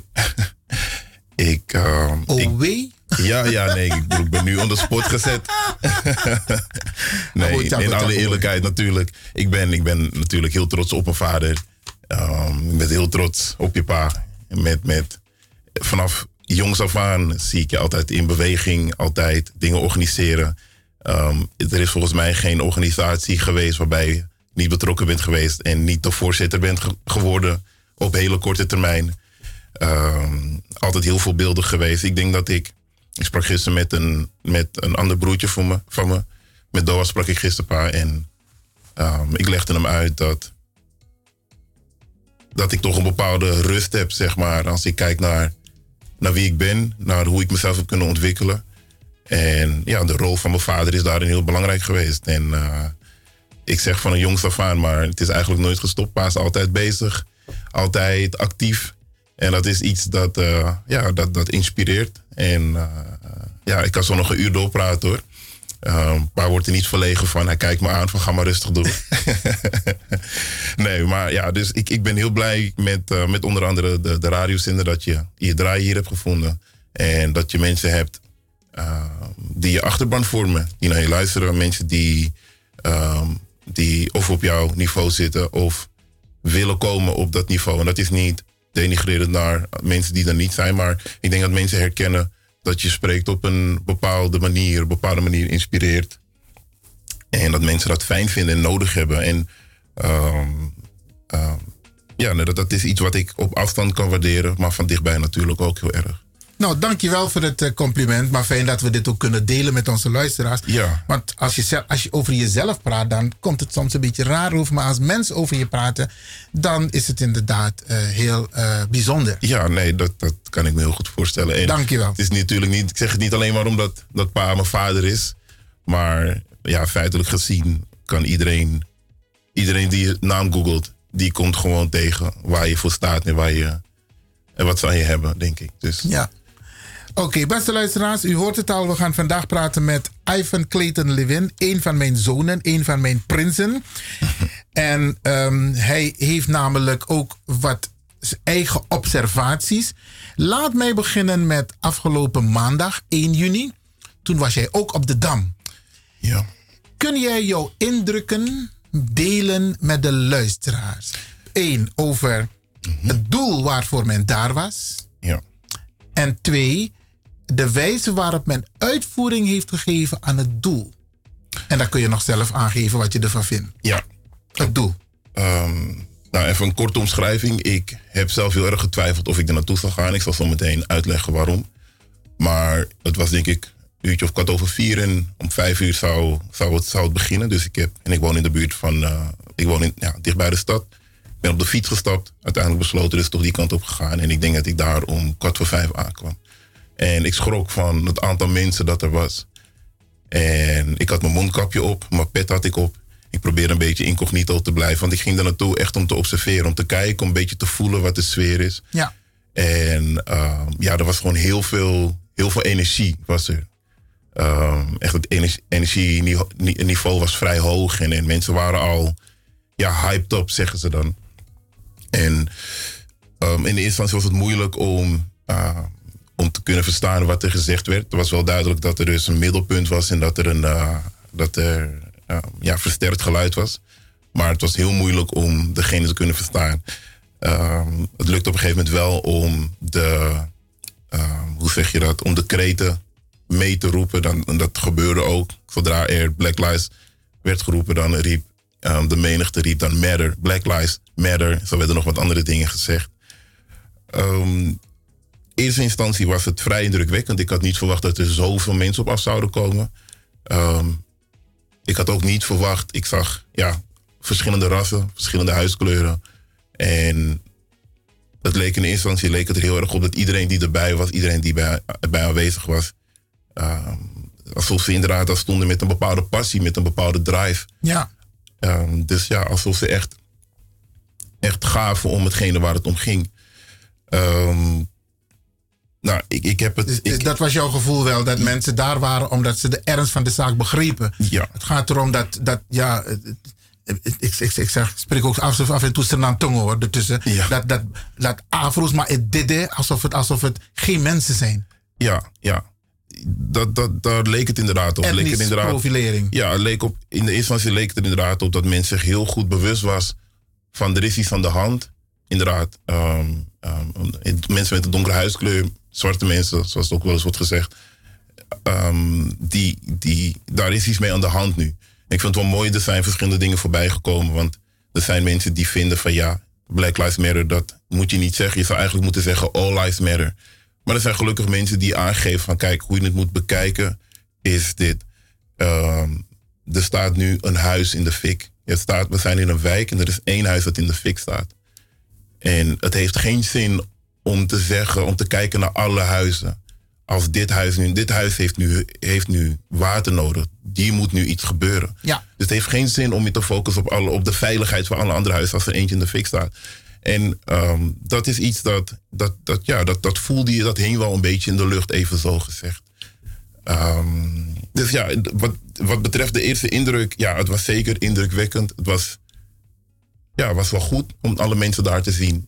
D: wee?
B: Nee. Ik ben nu on the spot gezet. Nee, in alle eerlijkheid natuurlijk. Ik ben natuurlijk heel trots op mijn vader. Ik ben heel trots op je pa. Vanaf jongs af aan zie ik je altijd in beweging, altijd dingen organiseren. Er is volgens mij geen organisatie geweest waarbij je niet betrokken bent geweest en niet de voorzitter bent geworden op hele korte termijn. Altijd heel voorbeeldig geweest. Ik denk dat ik sprak gisteren met een ander broertje van me. Met Doa sprak ik gisteren paar en ik legde hem uit dat ik toch een bepaalde rust heb, zeg maar, als ik kijk naar wie ik ben, naar hoe ik mezelf heb kunnen ontwikkelen. En ja, de rol van mijn vader is daarin heel belangrijk geweest. En ik zeg van een jongs af aan, maar het is eigenlijk nooit gestopt. Pa is altijd bezig, altijd actief. En dat is iets dat inspireert. En ik kan zo nog een uur doorpraten hoor. Pa wordt er niet verlegen van. Hij kijkt me aan van ga maar rustig doen. Nee, maar ja, dus ik ben heel blij met onder andere de radiozender dat je draai hier hebt gevonden. En dat je mensen hebt die je achterban vormen. Die naar je luisteren. Mensen die of op jouw niveau zitten of willen komen op dat niveau. En dat is niet denigrerend naar mensen die er niet zijn. Maar ik denk dat mensen herkennen dat je spreekt op een bepaalde manier inspireert. En dat mensen dat fijn vinden en nodig hebben. En dat is iets wat ik op afstand kan waarderen. Maar van dichtbij natuurlijk ook heel erg.
D: Nou, dankjewel voor het compliment. Maar fijn dat we dit ook kunnen delen met onze luisteraars.
B: Ja.
D: Want als je over jezelf praat, dan komt het soms een beetje raar over. Maar als mensen over je praten, dan is het inderdaad heel bijzonder.
B: Ja, nee, dat kan ik me heel goed voorstellen. En
D: dankjewel.
B: Het is natuurlijk niet, ik zeg het niet alleen maar omdat dat pa mijn vader is. Maar ja, feitelijk gezien kan iedereen die je naam googelt, die komt gewoon tegen waar je voor staat en wat ze aan je hebben, denk ik. Dus.
D: Ja. Oké, beste luisteraars, u hoort het al. We gaan vandaag praten met Ivan Clayton Levin. Een van mijn zonen, een van mijn prinsen. En hij heeft namelijk ook wat eigen observaties. Laat mij beginnen met afgelopen maandag, 1 juni. Toen was jij ook op de Dam.
B: Ja.
D: Kun jij jouw indrukken delen met de luisteraars? 1, over het doel waarvoor men daar was.
B: Ja.
D: En 2, de wijze waarop men uitvoering heeft gegeven aan het doel. En dan kun je nog zelf aangeven wat je ervan vindt.
B: Ja.
D: Het doel.
B: Nou, even een korte omschrijving. Ik heb zelf heel erg getwijfeld of ik er naartoe zou gaan. Ik zal zo meteen uitleggen waarom. Maar het was denk ik een uurtje of 4:15 en om 5:00 zou het beginnen. Dus ik woon in de buurt van, dicht bij de stad. Ik ben op de fiets gestapt. Uiteindelijk besloten dus toch die kant op gegaan. En ik denk dat ik daar om 4:45 aankwam. En ik schrok van het aantal mensen dat er was. En ik had mijn mondkapje op, mijn pet had ik op. Ik probeerde een beetje incognito te blijven. Want ik ging daar naartoe echt om te observeren, om te kijken, om een beetje te voelen wat de sfeer is.
D: Ja.
B: En er was gewoon heel veel energie was er. Echt het energieniveau was vrij hoog. En mensen waren al hyped up, zeggen ze dan. En in de eerste instantie was het moeilijk om te kunnen verstaan wat er gezegd werd. Het was wel duidelijk dat er dus een middelpunt was en dat er versterkt geluid was. Maar het was heel moeilijk om degene te kunnen verstaan. Het lukte op een gegeven moment wel om om de kreten mee te roepen. En dat gebeurde ook. Zodra er Black Lives werd geroepen, dan riep de menigte riep dan Matter, Black Lives Matter. Zo werden nog wat andere dingen gezegd. In eerste instantie was het vrij indrukwekkend. Ik had niet verwacht dat er zoveel mensen op af zouden komen. Ik had ook niet verwacht. Ik zag verschillende rassen, verschillende huidskleuren. En het leek in eerste instantie er heel erg op dat iedereen die erbij was, iedereen die bij aanwezig was, alsof ze inderdaad al stonden met een bepaalde passie, met een bepaalde drive.
D: Ja.
B: Dus alsof ze echt gaven om hetgene waar het om ging. Ik heb het...
D: dat was jouw gevoel wel, dat mensen daar waren omdat ze de ernst van de zaak begrepen.
B: Ja.
D: Het gaat erom ik spreek ook af en toe zijn tongen hoor, ertussen. Ja. Dat afroes maar het dede, alsof het geen mensen zijn.
B: Ja. Daar leek het inderdaad op.
D: Etnisch profilering.
B: Ja, in de eerste instantie leek het er inderdaad op dat men zich heel goed bewust was van er is iets aan de hand. Inderdaad, mensen met een donkere huidskleur, zwarte mensen, zoals het ook wel eens wordt gezegd, daar is iets mee aan de hand nu. Ik vind het wel mooi, er zijn verschillende dingen voorbij gekomen, want er zijn mensen die vinden van Black Lives Matter, dat moet je niet zeggen. Je zou eigenlijk moeten zeggen All Lives Matter. Maar er zijn gelukkig mensen die aangeven van kijk, hoe je het moet bekijken is dit. Er staat nu een huis in de fik. We zijn in een wijk en er is 1 huis dat in de fik staat. En het heeft geen zin om te kijken naar alle huizen. Als dit huis heeft nu water nodig. Die moet nu iets gebeuren.
D: Ja.
B: Dus het heeft geen zin om je te focussen op de veiligheid van alle andere huizen als er eentje in de fik staat. En dat is iets dat voelde je, dat hing wel een beetje in de lucht, even zo gezegd. Dus wat betreft de eerste indruk, het was zeker indrukwekkend. Het was wel goed om alle mensen daar te zien.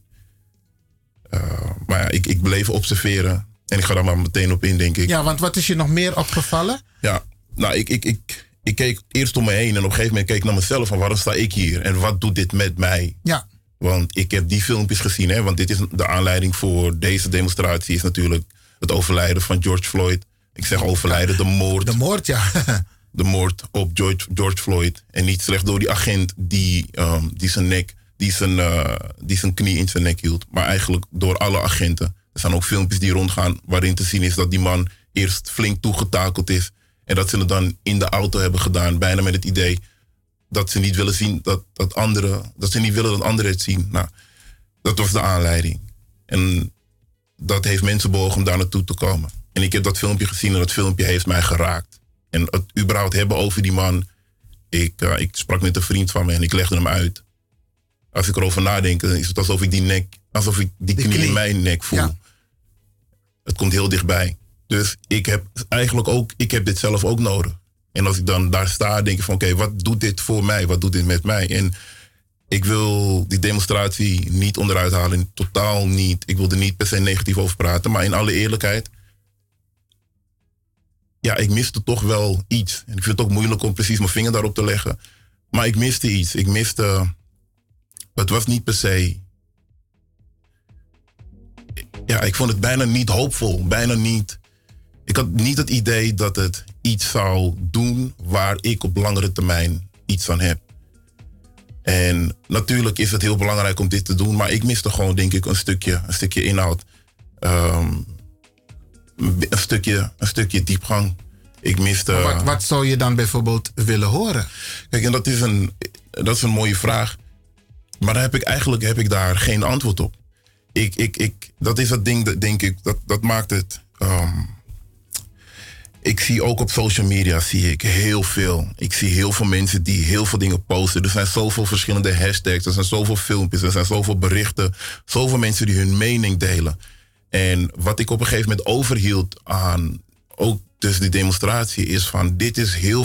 B: Maar ik bleef observeren. En ik ga daar maar meteen op in, denk ik.
D: Ja, want wat is je nog meer opgevallen?
B: Ja, nou, ik keek eerst om me heen. En op een gegeven moment keek ik naar mezelf van waarom sta ik hier? En wat doet dit met mij?
D: Ja.
B: Want ik heb die filmpjes gezien. Hè, want dit is de aanleiding voor deze demonstratie. Is natuurlijk het overlijden van George Floyd. Ik zeg overlijden, de moord.
D: De moord, ja.
B: De moord op George Floyd. En niet slechts door die agent die zijn knie in zijn nek hield. Maar eigenlijk door alle agenten. Er zijn ook filmpjes die rondgaan waarin te zien is dat die man eerst flink toegetakeld is. En dat ze het dan in de auto hebben gedaan. Bijna met het idee dat ze niet willen zien dat ze niet willen dat anderen het zien. Nou, dat was de aanleiding. En dat heeft mensen bewogen om daar naartoe te komen. En ik heb dat filmpje gezien en dat filmpje heeft mij geraakt. En het überhaupt hebben over die man. Ik sprak met een vriend van me en ik legde hem uit. Als ik erover nadenk, dan is het alsof ik die knie in mijn nek voel. Ja. Het komt heel dichtbij. Dus ik heb dit zelf ook nodig. En als ik dan daar sta, denk ik van oké, wat doet dit voor mij? Wat doet dit met mij? En ik wil die demonstratie niet onderuit halen. Totaal niet. Ik wil er niet per se negatief over praten. Maar in alle eerlijkheid, ik miste toch wel iets. En ik vind het ook moeilijk om precies mijn vinger daarop te leggen. Maar ik miste iets. Het was niet per se... Ja, ik vond het bijna niet hoopvol. Bijna niet... Ik had niet het idee dat het iets zou doen waar ik op langere termijn iets aan heb. En natuurlijk is het heel belangrijk om dit te doen, maar ik miste gewoon, denk ik, een stukje inhoud. Een stukje diepgang. Ik miste...
D: Wat zou je dan bijvoorbeeld willen horen?
B: Kijk, en dat is een mooie vraag. Maar daar heb ik daar geen antwoord op. Dat is het ding, denk ik, dat maakt het... Ik zie ook op social media heel veel. Ik zie heel veel mensen die heel veel dingen posten. Er zijn zoveel verschillende hashtags. Er zijn zoveel filmpjes. Er zijn zoveel berichten. Zoveel mensen die hun mening delen. En wat ik op een gegeven moment overhield aan ook dus die demonstratie is van dit is heel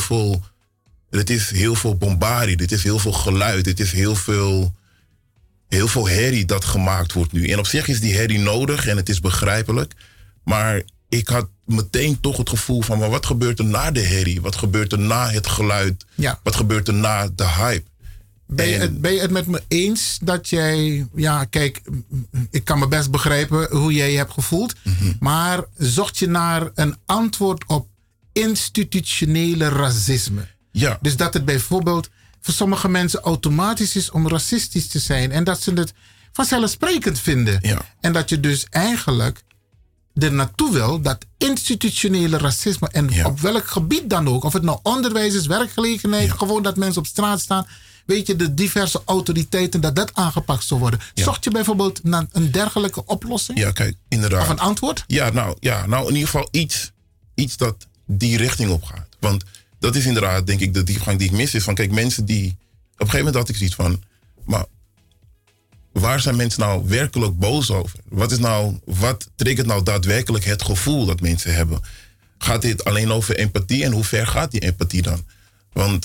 B: veel bombardie. Dit is heel veel geluid. Dit is heel veel herrie dat gemaakt wordt nu. En op zich is die herrie nodig en het is begrijpelijk. Maar ik had meteen toch het gevoel van... maar wat gebeurt er na de herrie? Wat gebeurt er na het geluid? Ja. Wat gebeurt er na de hype?
D: Ben je het met me eens dat jij... Ja, kijk, ik kan me best begrijpen hoe jij je hebt gevoeld. Mm-hmm. Maar zocht je naar een antwoord op institutionele racisme? Ja. Dus dat het bijvoorbeeld voor sommige mensen automatisch is om racistisch te zijn. En dat ze het vanzelfsprekend vinden. Ja. En dat je dus eigenlijk... er naartoe wil dat institutionele racisme... en op welk gebied dan ook... of het nou onderwijs is, werkgelegenheid... gewoon dat mensen op straat staan... weet je, de diverse autoriteiten... dat aangepakt zou worden. Ja. Zocht je bijvoorbeeld naar een dergelijke oplossing?
B: Ja, kijk, inderdaad.
D: Of een antwoord?
B: Ja, nou in ieder geval iets dat die richting op gaat. Want dat is inderdaad, denk ik, de diepgang die ik mis is. Van kijk, mensen die... Op een gegeven moment had ik zoiets van... maar waar zijn mensen nou werkelijk boos over? Wat triggert nou daadwerkelijk het gevoel dat mensen hebben? Gaat dit alleen over empathie en hoe ver gaat die empathie dan? Want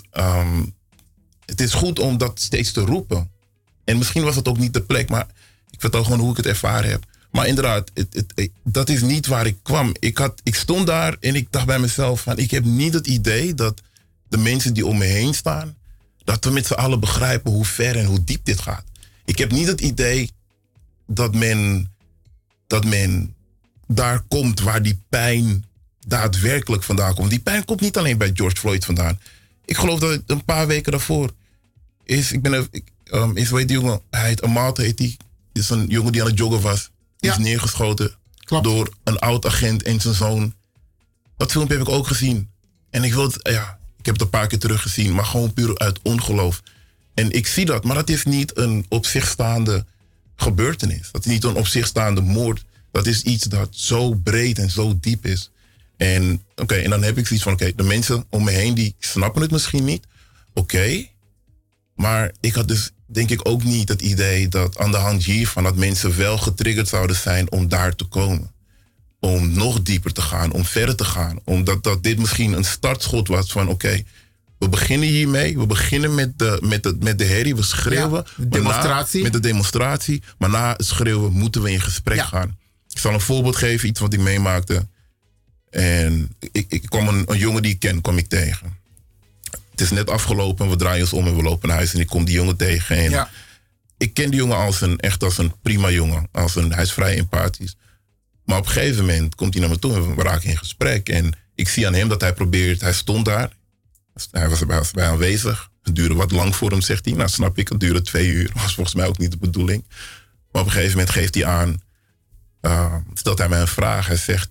B: het is goed om dat steeds te roepen. En misschien was het ook niet de plek, maar ik vertel gewoon hoe ik het ervaren heb. Maar inderdaad, dat is niet waar ik kwam. Ik stond daar en ik dacht bij mezelf van... ik heb niet het idee dat de mensen die om me heen staan... dat we met z'n allen begrijpen hoe ver en hoe diep dit gaat. Ik heb niet het idee dat men daar komt waar die pijn daadwerkelijk vandaan komt. Die pijn komt niet alleen bij George Floyd vandaan. Ik geloof dat een paar weken daarvoor weet die jongen, Ahmaud heet die. Dit is een jongen die aan het joggen was. Die is neergeschoten door een oud agent en zijn zoon. Dat filmpje heb ik ook gezien. En ik heb het een paar keer teruggezien, maar gewoon puur uit ongeloof. En ik zie dat, maar dat is niet een op zich staande gebeurtenis. Dat is niet een op zich staande moord. Dat is iets dat zo breed en zo diep is. En en dan heb ik zoiets van, de mensen om me heen die snappen het misschien niet. Maar ik had dus denk ik ook niet het idee dat aan de hand hiervan... dat mensen wel getriggerd zouden zijn om daar te komen. Om nog dieper te gaan, om verder te gaan. Omdat dit misschien een startschot was van we beginnen hiermee. We beginnen met de herrie. We schreeuwen.
D: Demonstratie.
B: Met de demonstratie. Maar na het schreeuwen moeten we in gesprek gaan. Ik zal een voorbeeld geven. Iets wat ik meemaakte. En ik kwam een jongen die ik ken, kwam ik tegen. Het is net afgelopen. We draaien ons om en we lopen naar huis. En ik kom die jongen tegen. En ik ken die jongen als een prima jongen. Hij is vrij empathisch. Maar op een gegeven moment komt hij naar me toe. En we raken in gesprek. En ik zie aan hem dat hij probeert. Hij stond daar. Hij was bij aanwezig. Het duurde wat lang voor hem, zegt hij. Nou, snap ik, het duurde 2 uur. Dat was volgens mij ook niet de bedoeling. Maar op een gegeven moment geeft hij aan... stelt hij mij een vraag.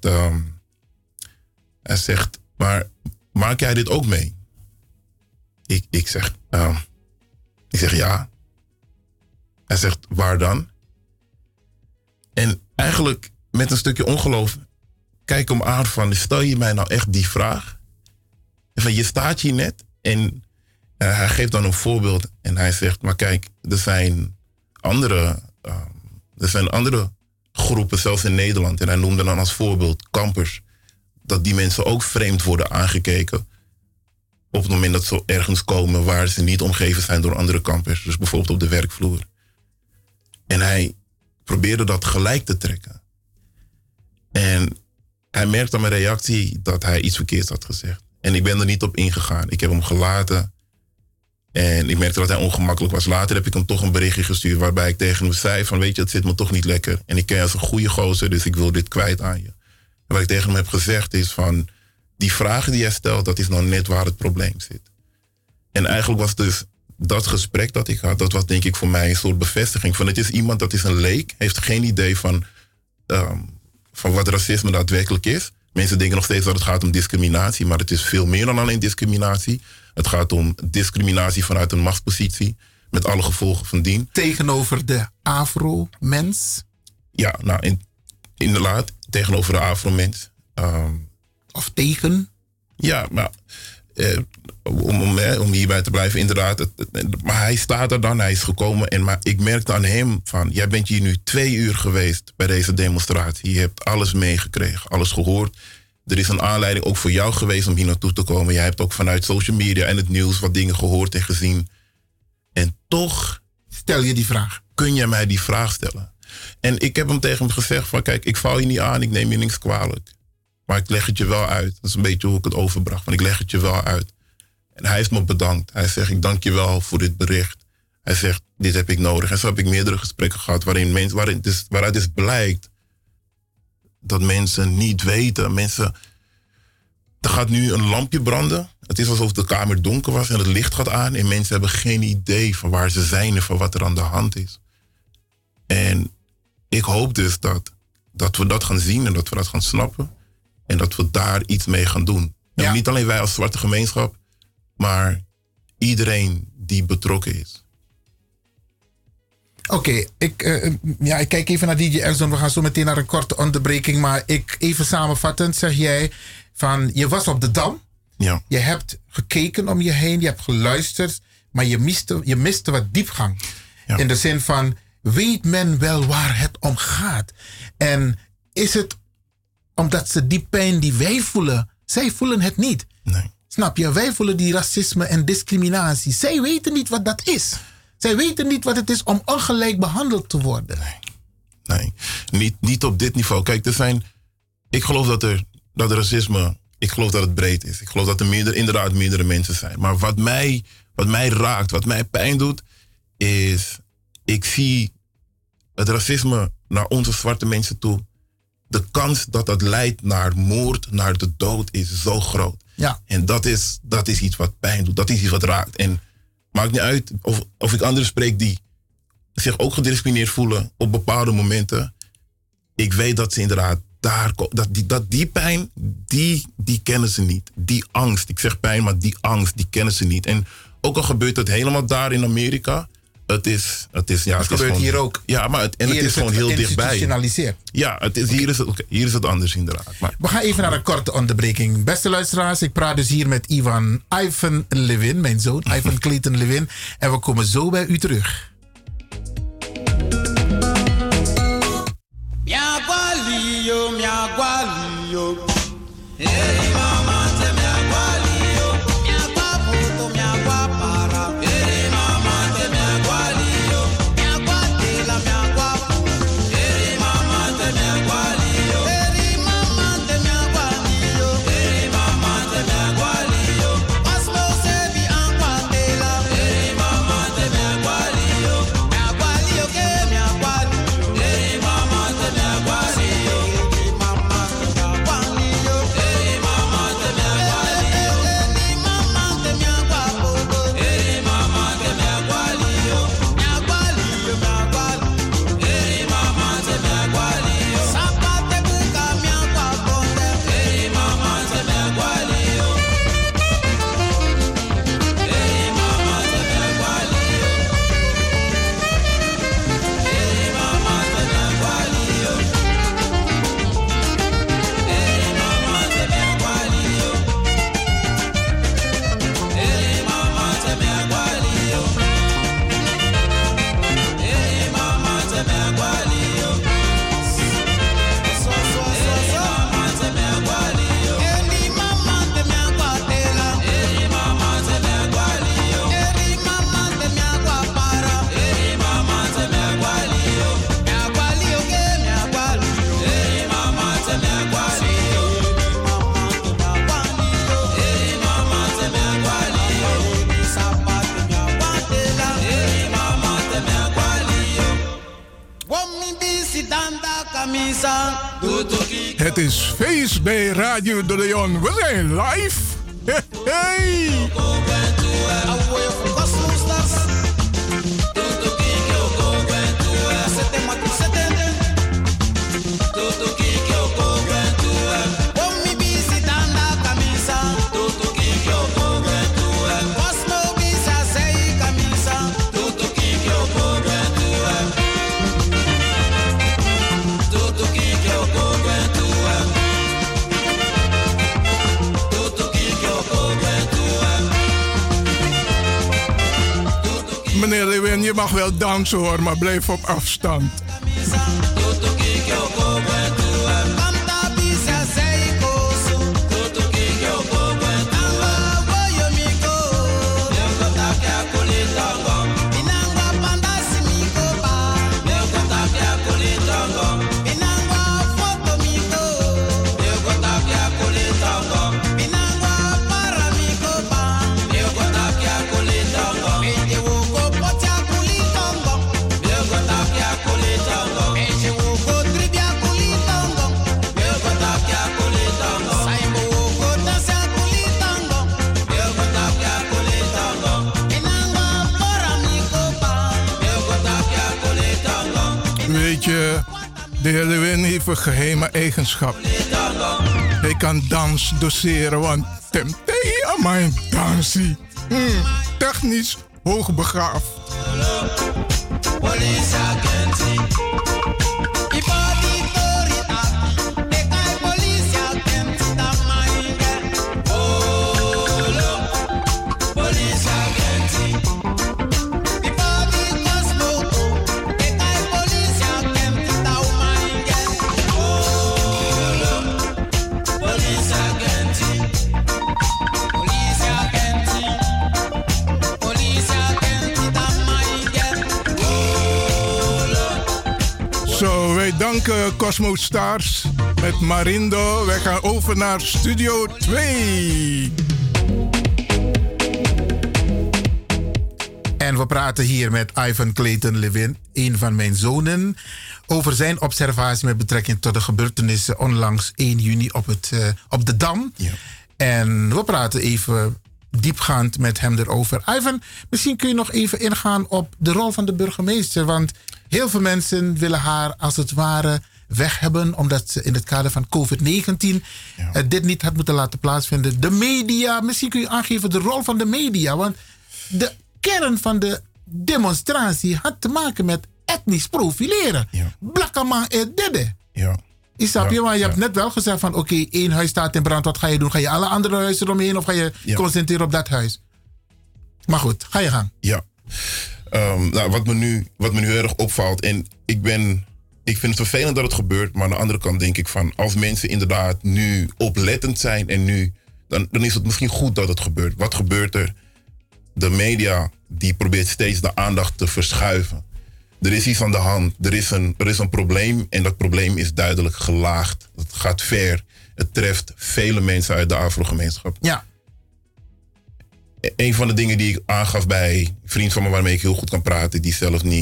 B: Hij zegt... Maar maak jij dit ook mee? Ik zeg ja. Hij zegt, waar dan? En eigenlijk met een stukje ongeloof... kijk hem aan van... stel je mij nou echt die vraag... Van, je staat hier net en hij geeft dan een voorbeeld en hij zegt, maar kijk, er zijn andere groepen, zelfs in Nederland. En hij noemde dan als voorbeeld kampers, dat die mensen ook vreemd worden aangekeken op het moment dat ze ergens komen waar ze niet omgeven zijn door andere kampers. Dus bijvoorbeeld op de werkvloer. En hij probeerde dat gelijk te trekken. En hij merkte aan mijn reactie dat hij iets verkeerds had gezegd. En ik ben er niet op ingegaan. Ik heb hem gelaten. En ik merkte dat hij ongemakkelijk was. Later heb ik hem toch een berichtje gestuurd waarbij ik tegen hem zei van weet je, het zit me toch niet lekker. En ik ken je als een goede gozer, dus ik wil dit kwijt aan je. En wat ik tegen hem heb gezegd is van die vragen die jij stelt, dat is nou net waar het probleem zit. En eigenlijk was dus dat gesprek dat ik had, dat was denk ik voor mij een soort bevestiging van het is iemand, dat is een leek, heeft geen idee van wat racisme daadwerkelijk is. Mensen denken nog steeds dat het gaat om discriminatie, maar het is veel meer dan alleen discriminatie. Het gaat om discriminatie vanuit een machtspositie, met alle gevolgen van dien.
D: Tegenover de Afro-mens?
B: Ja, nou, inderdaad, tegenover de Afro-mens.
D: Of tegen?
B: Ja, maar om hierbij te blijven, inderdaad. Maar hij staat er dan, hij is gekomen. Maar ik merkte aan hem van, jij bent hier nu 2 uur geweest bij deze demonstratie. Je hebt alles meegekregen, alles gehoord. Er is een aanleiding ook voor jou geweest om hier naartoe te komen. Jij hebt ook vanuit social media en het nieuws wat dingen gehoord en gezien. En toch
D: stel je die vraag.
B: Kun je mij die vraag stellen? En ik heb hem tegen hem gezegd van, kijk, ik val je niet aan, ik neem je niks kwalijk. Maar ik leg het je wel uit. Dat is een beetje hoe ik het overbracht. Want ik leg het je wel uit. En hij heeft me bedankt. Hij zegt, ik dank je wel voor dit bericht. Hij zegt, dit heb ik nodig. En zo heb ik meerdere gesprekken gehad waaruit dus blijkt dat mensen niet weten. Er gaat nu een lampje branden. Het is alsof de kamer donker was en het licht gaat aan. En mensen hebben geen idee van waar ze zijn en van wat er aan de hand is. En ik hoop dus dat we dat gaan zien en dat we dat gaan snappen. En dat we daar iets mee gaan doen. En niet alleen wij als zwarte gemeenschap, maar iedereen die betrokken is.
D: Oké, ik kijk even naar DJ Exxon. We gaan zo meteen naar een korte onderbreking. Maar even samenvattend zeg jij van, je was op de Dam.
B: Ja.
D: Je hebt gekeken om je heen, je hebt geluisterd. Maar je miste wat diepgang. Ja. In de zin van, weet men wel waar het om gaat? En is het omdat ze die pijn die wij voelen, zij voelen het niet.
B: Nee.
D: Snap je? Wij voelen die racisme en discriminatie. Zij weten niet wat dat is. Zij weten niet wat het is om ongelijk behandeld te worden.
B: Nee. Niet op dit niveau. Kijk, ik geloof dat racisme, ik geloof dat het breed is. Ik geloof dat er inderdaad meerdere mensen zijn. Maar wat mij raakt, wat mij pijn doet, is, ik zie het racisme naar onze zwarte mensen toe. De kans dat dat leidt naar moord, naar de dood, is zo groot.
D: Ja.
B: En dat is iets wat pijn doet. Dat is iets wat raakt. En maakt niet uit of ik anderen spreek die zich ook gediscrimineerd voelen op bepaalde momenten. Ik weet dat ze inderdaad die pijn, die kennen ze niet. Die angst, ik zeg pijn, maar die angst, die kennen ze niet. En ook al gebeurt het helemaal daar in Amerika, het gebeurt
D: gewoon, hier ook.
B: Ja, maar het is gewoon heel dichtbij.
D: Institutionaliseerd.
B: Ja, hier is het anders inderdaad. Maar,
D: we gaan even naar een korte onderbreking. Beste luisteraars, ik praat dus hier met Ivan Levin, mijn zoon, Ivan Clayton Levin. En we komen zo bij u terug.
E: Hey mama, te me agualio, mi agua puto, mi agua para. Hey mama, te me agualio, mi agua tela, mi agua. Hey mama, te me agualio, hey mama, te me agualio, hey mama, te me agualio. Aslo se vi agua tela, hey mama, te me agualio, mi agualio que mi agualio, hey mama, te me agualio. Hey mama,
C: Het is feest bij Radio de Leon. We zijn live. Hey! Meneer Lewin, je mag wel dansen hoor, maar blijf op afstand. De heer Lewin heeft een geheime eigenschap. Hij kan dans doseren, want temtei aan mijn dansie. Technisch hoogbegaafd. Zo, wij danken Cosmo Stars met Marindo. Wij gaan over naar Studio 2.
D: En we praten hier met Ivan Clayton Lewin, een van mijn zonen, over zijn observatie met betrekking tot de gebeurtenissen onlangs 1 juni op de Dam. Ja. En we praten even diepgaand met hem erover. Ivan, misschien kun je nog even ingaan op de rol van de burgemeester, want heel veel mensen willen haar als het ware weg hebben, omdat ze in het kader van COVID-19 dit niet had moeten laten plaatsvinden. De media, misschien kun je aangeven de rol van de media, want de kern van de demonstratie had te maken met etnisch profileren. Blakkaman en dede.
B: Ja.
D: Snap je? Maar je hebt net wel gezegd van oké, 1 huis staat in brand, wat ga je doen? Ga je alle andere huizen eromheen of ga je concentreren op dat huis? Maar goed, ga je gang.
B: Ja. Nou, wat me nu heel erg opvalt, en ik vind het vervelend dat het gebeurt, maar aan de andere kant denk ik van, als mensen inderdaad nu oplettend zijn en nu, dan is het misschien goed dat het gebeurt. Wat gebeurt er? De media die probeert steeds de aandacht te verschuiven. Er is iets aan de hand, er is een probleem en dat probleem is duidelijk gelaagd. Het gaat ver. Het treft vele mensen uit de Afro-gemeenschap.
D: Ja.
B: Een van de dingen die ik aangaf bij een vriend van me waarmee ik heel goed kan praten, die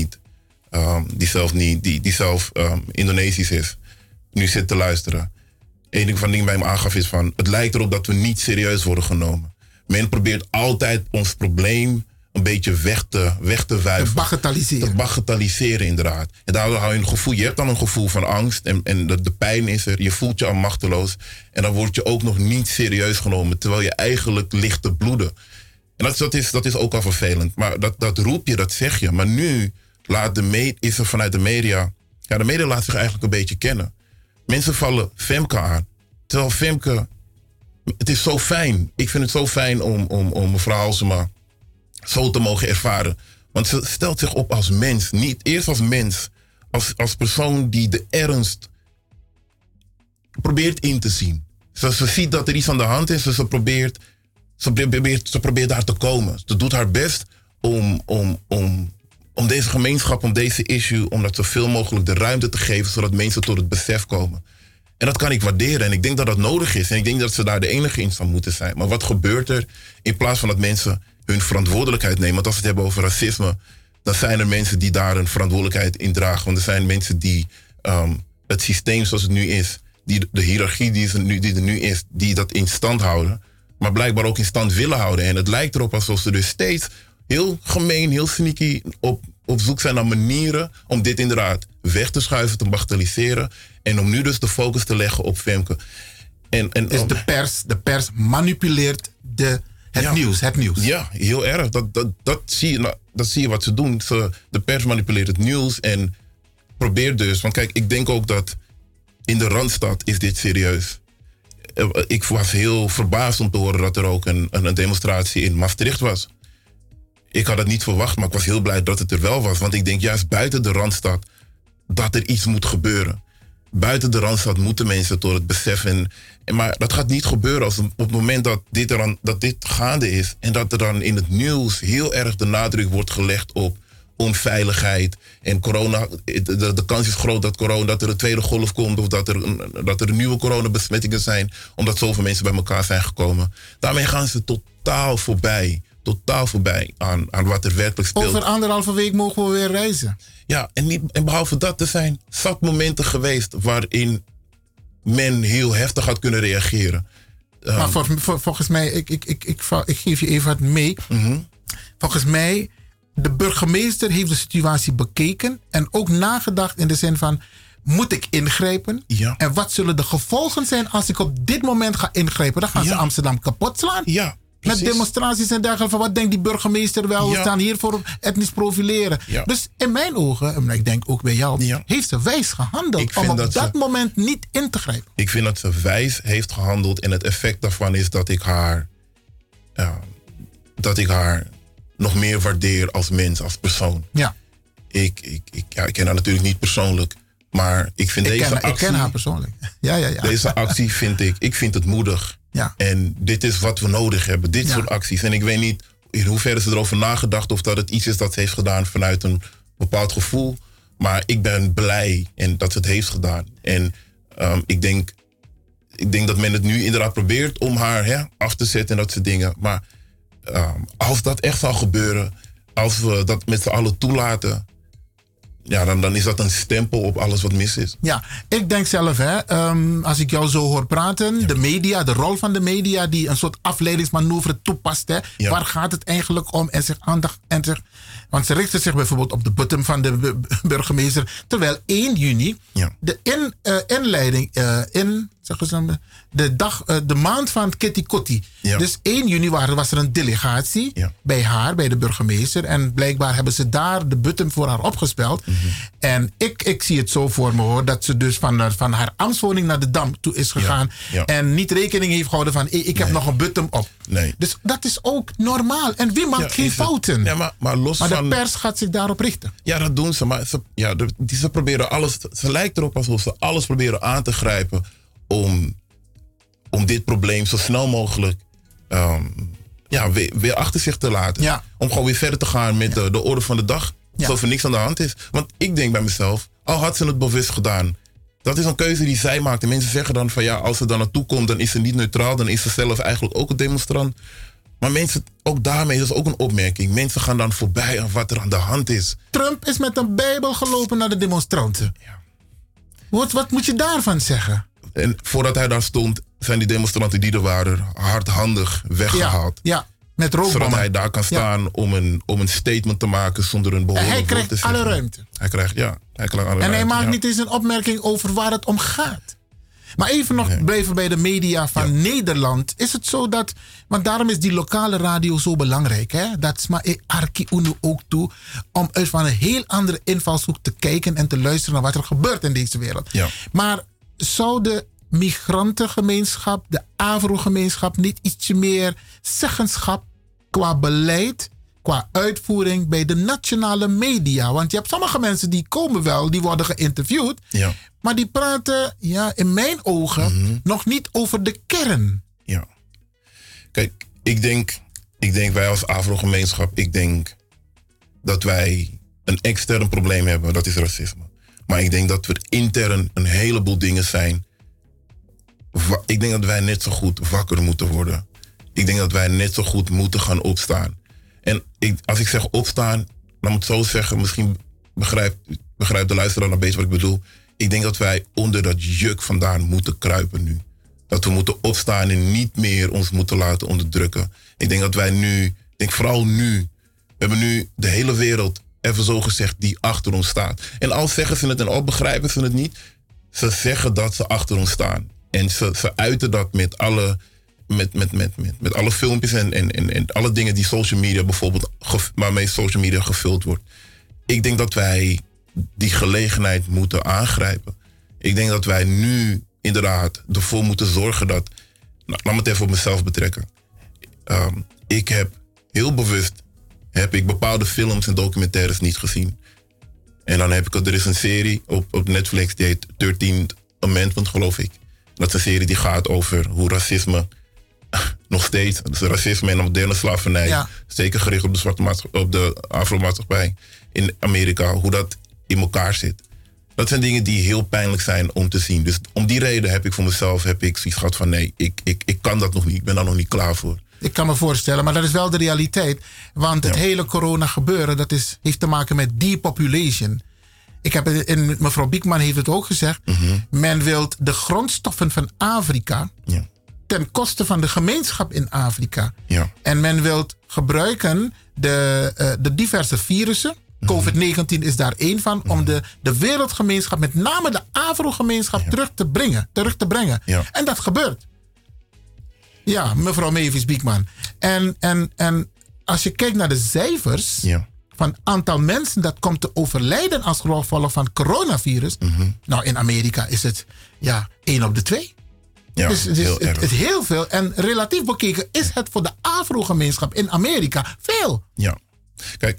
B: zelf Indonesisch is, nu zit te luisteren. Een van de dingen bij hem aangaf is van, het lijkt erop dat we niet serieus worden genomen. Men probeert altijd ons probleem een beetje weg te wuiven.
D: Te
B: bagatelliseren inderdaad. En daardoor hou je een gevoel, je hebt dan een gevoel van angst en de pijn is er, je voelt je al machteloos. En dan word je ook nog niet serieus genomen, terwijl je eigenlijk ligt te bloeden. En dat is ook al vervelend. Maar dat roep je, dat zeg je. Maar nu is er vanuit de media, de media laat zich eigenlijk een beetje kennen. Mensen vallen Femke aan. Terwijl Femke, het is zo fijn. Ik vind het zo fijn om mevrouw Halsema zo te mogen ervaren. Want ze stelt zich op als mens. Niet eerst als mens. Als persoon die de ernst probeert in te zien. Ze ziet dat er iets aan de hand is. Dus ze probeert daar te komen. Ze doet haar best om deze gemeenschap, om deze issue, om dat zoveel mogelijk de ruimte te geven, zodat mensen tot het besef komen. En dat kan ik waarderen. En ik denk dat dat nodig is. En ik denk dat ze daar de enige in zou moeten zijn. Maar wat gebeurt er in plaats van dat mensen hun verantwoordelijkheid nemen? Want als we het hebben over racisme, dan zijn er mensen die daar een verantwoordelijkheid in dragen. Want er zijn mensen die het systeem zoals het nu is de hiërarchie die er nu is, die dat in stand houden, maar blijkbaar ook in stand willen houden. En het lijkt erop alsof ze dus steeds heel gemeen, heel sneaky op zoek zijn naar manieren om dit inderdaad weg te schuiven, te bagatelliseren. En om nu dus de focus te leggen op Femke.
D: Dus de pers manipuleert het nieuws.
B: Ja, heel erg. Dat zie je wat ze doen. De pers manipuleert het nieuws en probeert dus. Want kijk, ik denk ook dat in de Randstad is dit serieus. Ik was heel verbaasd om te horen dat er ook een demonstratie in Maastricht was. Ik had het niet verwacht, maar ik was heel blij dat het er wel was. Want ik denk juist buiten de Randstad dat er iets moet gebeuren. Buiten de Randstad moeten mensen tot het beseffen. Maar dat gaat niet gebeuren op het moment dat dit gaande is. En dat er dan in het nieuws heel erg de nadruk wordt gelegd op onveiligheid. En corona, de kans is groot dat er een tweede golf komt. Of dat er nieuwe coronabesmettingen zijn. Omdat zoveel mensen bij elkaar zijn gekomen. Daarmee gaan ze totaal voorbij aan wat er werkelijk speelt.
D: Over 1,5 week mogen we weer reizen.
B: Ja, en behalve dat, er zijn zat momenten geweest waarin men heel heftig had kunnen reageren.
D: Maar volgens mij, ik geef je even wat mee.
B: Mm-hmm.
D: Volgens mij, de burgemeester heeft de situatie bekeken en ook nagedacht in de zin van, moet ik ingrijpen?
B: Ja.
D: En wat zullen de gevolgen zijn als ik op dit moment ga ingrijpen? Dan gaan ze Amsterdam kapot slaan.
B: Ja.
D: Met demonstraties en dergelijke. Van wat denkt die burgemeester wel? We staan hier voor etnisch profileren. Ja. Dus in mijn ogen, en ik denk ook bij jou, heeft ze wijs gehandeld om op dat moment niet in te grijpen.
B: Ik vind dat ze wijs heeft gehandeld. En het effect daarvan is dat ik haar nog meer waardeer als mens, als persoon.
D: Ja.
B: Ik ken haar natuurlijk niet persoonlijk. Maar ik vind deze actie...
D: Ik ken haar persoonlijk. Ja.
B: Deze actie vind het moedig.
D: Ja.
B: En dit is wat we nodig hebben. Dit soort acties. En ik weet niet in hoeverre ze erover nagedacht of dat het iets is dat ze heeft gedaan vanuit een bepaald gevoel. Maar ik ben blij dat ze het heeft gedaan. En ik denk dat men het nu inderdaad probeert om haar af te zetten en dat soort dingen. Maar als dat echt zal gebeuren, als we dat met z'n allen toelaten, ja, dan is dat een stempel op alles wat mis is.
D: Ja, ik denk zelf, als ik jou zo hoor praten, de media, de rol van de media die een soort afleidingsmanoeuvre toepast. Waar gaat het eigenlijk om? En zich aandacht. Want ze richten zich bijvoorbeeld op de bottom van de burgemeester. Terwijl 1 juni de inleiding de maand van Kitty Kotti. Ja. Dus 1 juni was er een delegatie bij haar, bij de burgemeester. En blijkbaar hebben ze daar de button voor haar opgespeld. Mm-hmm. En ik zie het zo voor me hoor, dat ze dus van haar ambtswoning naar de Dam toe is gegaan. Ja. En niet rekening heeft gehouden van, ik heb nog een button op.
B: Nee.
D: Dus dat is ook normaal. En wie maakt geen fouten?
B: Ja, maar
D: de pers gaat zich daarop richten.
B: Ja, dat doen ze. Maar ze proberen alles. Ze lijkt erop alsof ze alles proberen aan te grijpen om dit probleem zo snel mogelijk weer achter zich te laten.
D: Ja.
B: Om gewoon weer verder te gaan met de orde van de dag. Alsof er niks aan de hand is. Want ik denk bij mezelf, al had ze het bewust gedaan. Dat is een keuze die zij maakt. En mensen zeggen dan van als ze dan naartoe komt, dan is ze niet neutraal. Dan is ze zelf eigenlijk ook een demonstrant. Maar mensen, ook daarmee is dat ook een opmerking. Mensen gaan dan voorbij aan wat er aan de hand is.
D: Trump is met een bijbel gelopen naar de demonstranten.
B: Ja.
D: Wat moet je daarvan zeggen?
B: En voordat hij daar stond, zijn die demonstranten die er waren hardhandig weggehaald.
D: Ja, met rookbommen.
B: Zodat hij daar kan staan om een statement te maken zonder een behoorlijk woord te zeggen.
D: Hij krijgt alle ruimte.
B: Hij krijgt alle ruimte.
D: En hij maakt niet eens een opmerking over waar het om gaat. Maar even nog blijven bij de media van Nederland. Is het zo dat, want daarom is die lokale radio zo belangrijk. Hè? Dat is maar Arki Uno ook toe. Om uit van een heel andere invalshoek te kijken en te luisteren naar wat er gebeurt in deze wereld.
B: Ja.
D: Maar zou de migrantengemeenschap, de Afro-gemeenschap niet ietsje meer zeggenschap qua beleid, qua uitvoering bij de nationale media? Want je hebt sommige mensen die komen wel, die worden geïnterviewd.
B: Ja.
D: Maar die praten, in mijn ogen, nog niet over de kern.
B: Ja. Kijk, ik denk wij als Afro-gemeenschap, ik denk dat wij een extern probleem hebben. Dat is racisme. Maar ik denk dat we intern een heleboel dingen zijn. Ik denk dat wij net zo goed wakker moeten worden. Ik denk dat wij net zo goed moeten gaan opstaan. En als ik zeg opstaan, dan moet ik zo zeggen, misschien begrijpt de luisteraar een beetje wat ik bedoel. Ik denk dat wij onder dat juk vandaan moeten kruipen nu. Dat we moeten opstaan en niet meer ons moeten laten onderdrukken. Ik denk dat wij nu, ik denk vooral nu, we hebben nu de hele wereld, even zo gezegd, die achter ons staat. En al zeggen ze het en al begrijpen ze het niet, ze zeggen dat ze achter ons staan. En ze uiten dat met alle filmpjes en alle dingen die social media bijvoorbeeld, waarmee social media gevuld wordt. Ik denk dat wij die gelegenheid moeten aangrijpen. Ik denk dat wij nu inderdaad ervoor moeten zorgen dat... Nou, laat me het even op mezelf betrekken. Ik heb heel bewust bepaalde films en documentaires niet gezien. En dan heb ik... Er is een serie op Netflix die heet 13th Amendment, geloof ik. Dat is een serie die gaat over hoe racisme... nog steeds, dus racisme en moderne slavernij... zeker gericht op de afro-maatschappij in Amerika... hoe dat in elkaar zit. Dat zijn dingen die heel pijnlijk zijn om te zien. Dus om die reden heb ik voor mezelf zoiets gehad van... nee, ik kan dat nog niet, ik ben daar nog niet klaar voor.
D: Ik kan me voorstellen, maar dat is wel de realiteit. Want het hele corona gebeuren, heeft te maken met depopulation. Mevrouw Biekman heeft het ook gezegd. Men wil de grondstoffen van Afrika... ten koste van de gemeenschap in Afrika. En men wil gebruiken de diverse virussen... COVID-19 is daar één van, om de wereldgemeenschap, met name de Afro-gemeenschap, terug te brengen. En dat gebeurt. Ja, mevrouw Mavis Biekman. En als je kijkt naar de cijfers van aantal mensen dat komt te overlijden als gevolg van coronavirus. Nou, in Amerika is het 1 op de 2.
B: Ja,
D: dus het is heel veel. En relatief bekeken is het voor de Afro-gemeenschap in Amerika veel.
B: Ja, kijk.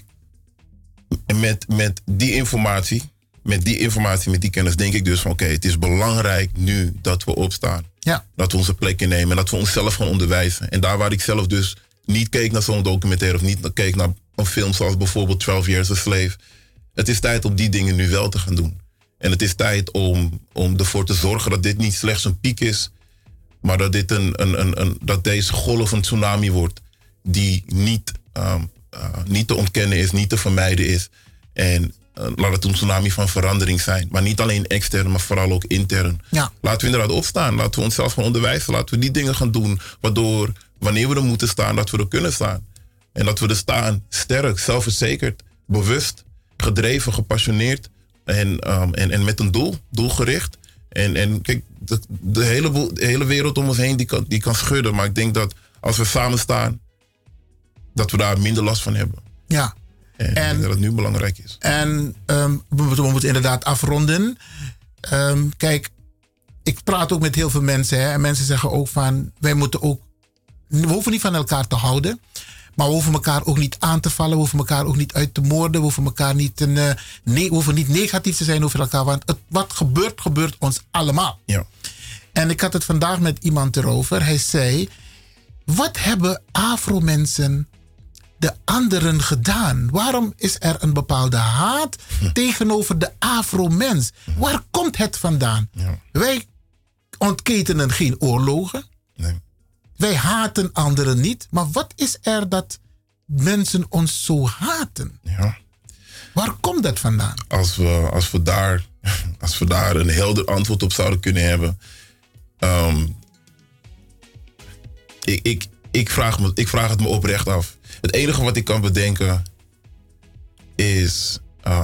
B: Met die informatie, met die kennis denk ik dus van oké, het is belangrijk nu dat we opstaan. Dat we onze plek innemen en dat we onszelf gaan onderwijzen. En daar waar ik zelf dus niet keek naar zo'n documentaire of niet keek naar een film zoals bijvoorbeeld 12 Years a Slave. Het is tijd om die dingen nu wel te gaan doen. En het is tijd om ervoor te zorgen dat dit niet slechts een piek is, maar dat dit dat deze golf een tsunami wordt die niet te ontkennen is, niet te vermijden is. En laat het een tsunami van verandering zijn. Maar niet alleen extern, maar vooral ook intern. Laten we inderdaad opstaan. Laten we onszelf gaan onderwijzen. Laten we die dingen gaan doen. Waardoor, wanneer we er moeten staan, dat we er kunnen staan. En dat we er staan sterk, zelfverzekerd, bewust, gedreven, gepassioneerd. En met een doelgericht. En kijk, de hele wereld om ons heen die kan schudden. Maar ik denk dat als we samen staan, dat we daar minder last van hebben.
D: Ja.
B: En dat het nu belangrijk is.
D: En we moeten inderdaad afronden. Kijk, ik praat ook met heel veel mensen. Hè, en mensen zeggen ook van, we hoeven niet van elkaar te houden. Maar we hoeven elkaar ook niet aan te vallen. We hoeven elkaar ook niet uit te moorden. We hoeven elkaar niet, we hoeven niet negatief te zijn over elkaar. Want wat gebeurt ons allemaal.
B: Ja.
D: En ik had het vandaag met iemand erover. Hij zei, wat hebben Afro-mensen de anderen gedaan? Waarom is er een bepaalde haat tegenover de Afro-mens? Waar komt het vandaan? Wij ontketenen geen oorlogen.
B: Nee.
D: Wij haten anderen niet. Maar wat is er dat mensen ons zo haten? Waar komt dat vandaan?
B: Als we daar een helder antwoord op zouden kunnen hebben. Ik vraag het me oprecht af. Het enige wat ik kan bedenken is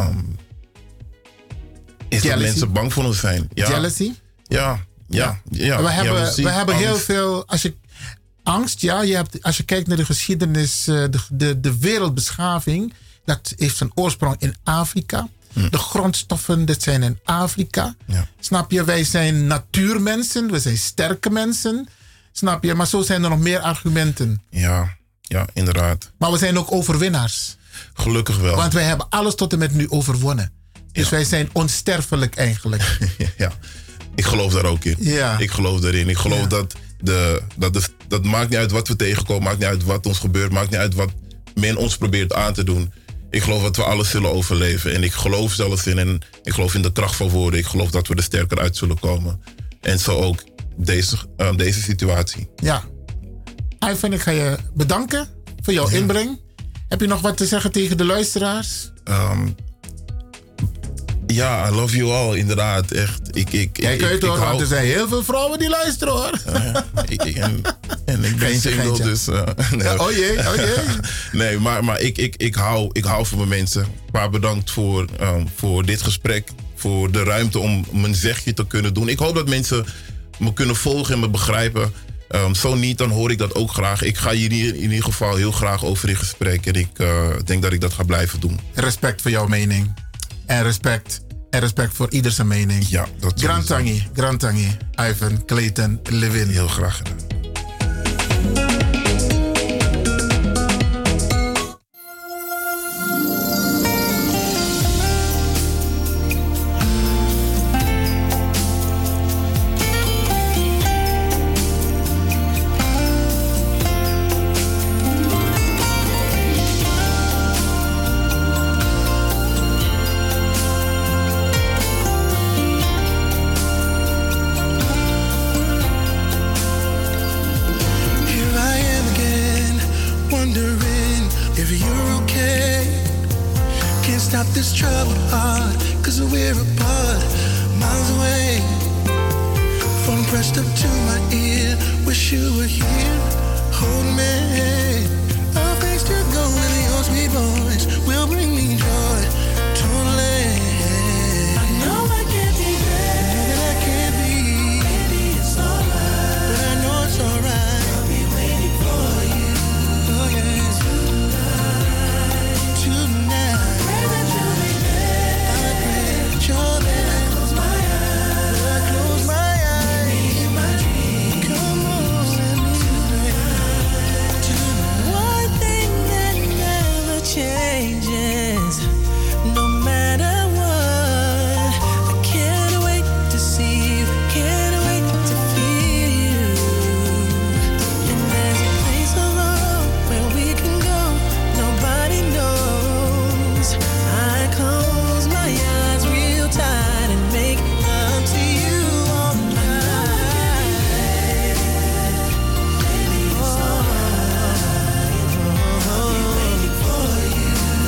B: dat mensen bang voor ons zijn.
D: Jealousy?
B: Ja.
D: We hebben heel veel... Angst, als je kijkt naar de geschiedenis, de wereldbeschaving, dat heeft zijn oorsprong in Afrika. De grondstoffen, dat zijn in Afrika. Snap je? Wij zijn natuurmensen, we zijn sterke mensen. Snap je? Maar zo zijn er nog meer argumenten.
B: Ja, inderdaad.
D: Maar we zijn ook overwinnaars.
B: Gelukkig wel.
D: Want wij hebben alles tot en met nu overwonnen. Dus wij zijn onsterfelijk eigenlijk.
B: Ja, ik geloof daar ook in.
D: Ja.
B: Ik geloof daarin. Ik geloof dat maakt niet uit wat we tegenkomen. Maakt niet uit wat ons gebeurt. Maakt niet uit wat men ons probeert aan te doen. Ik geloof dat we alles zullen overleven. En ik geloof zelfs in. En ik geloof in de kracht van woorden. Ik geloof dat we er sterker uit zullen komen. En zo ook deze situatie.
D: Ja. Ivan, ik ga je bedanken voor jouw inbreng. Heb je nog wat te zeggen tegen de luisteraars?
B: Ja, I love you all, inderdaad. Echt.
D: Jij kunt toch, want er zijn heel veel vrouwen die luisteren, hoor.
B: En ik ben single, dus... nee.
D: Oh jee.
B: Nee, maar ik hou van mijn mensen. Maar bedankt voor dit gesprek. Voor de ruimte om mijn zegje te kunnen doen. Ik hoop dat mensen me kunnen volgen en me begrijpen. Zo niet, dan hoor ik dat ook graag. Ik ga hier in ieder geval heel graag over in gesprek. En ik denk dat ik dat ga blijven doen.
D: Respect voor jouw mening. En respect voor ieder zijn mening.
B: Ja, dat
D: Grand Tangi, Ivan Clayton Levin.
B: Heel graag gedaan.
E: This troubled heart, 'cause we're apart, miles away. Phone pressed up to my ear, wish you were here, hold me. I'll face to go and your sweet voice will bring me joy, totally. I know I can't be there, I can't be. Maybe it's alright, but I know it's alright. I'll be waiting for you, oh yeah. Tonight. Changes, no matter what. I can't wait to see you, can't wait to feel you. And there's a place alone where we can go, nobody knows. I close my eyes real tight and make love to you all night. Baby, it's alright. I'll be waiting for you.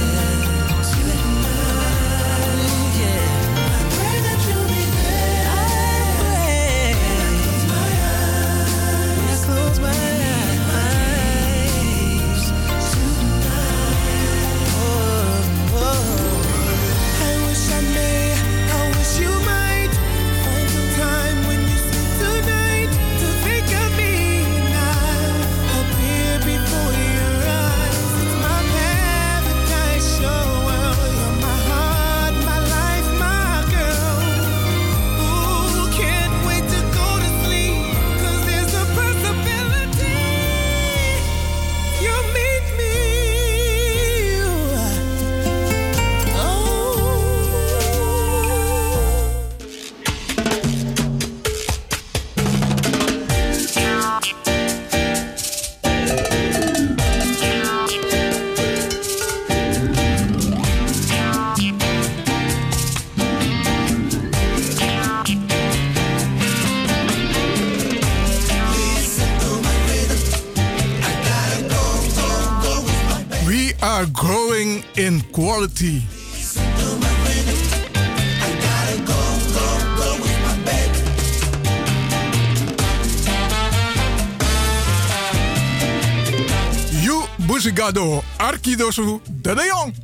C: are growing in quality. You Busigado Arkidosu de Leon.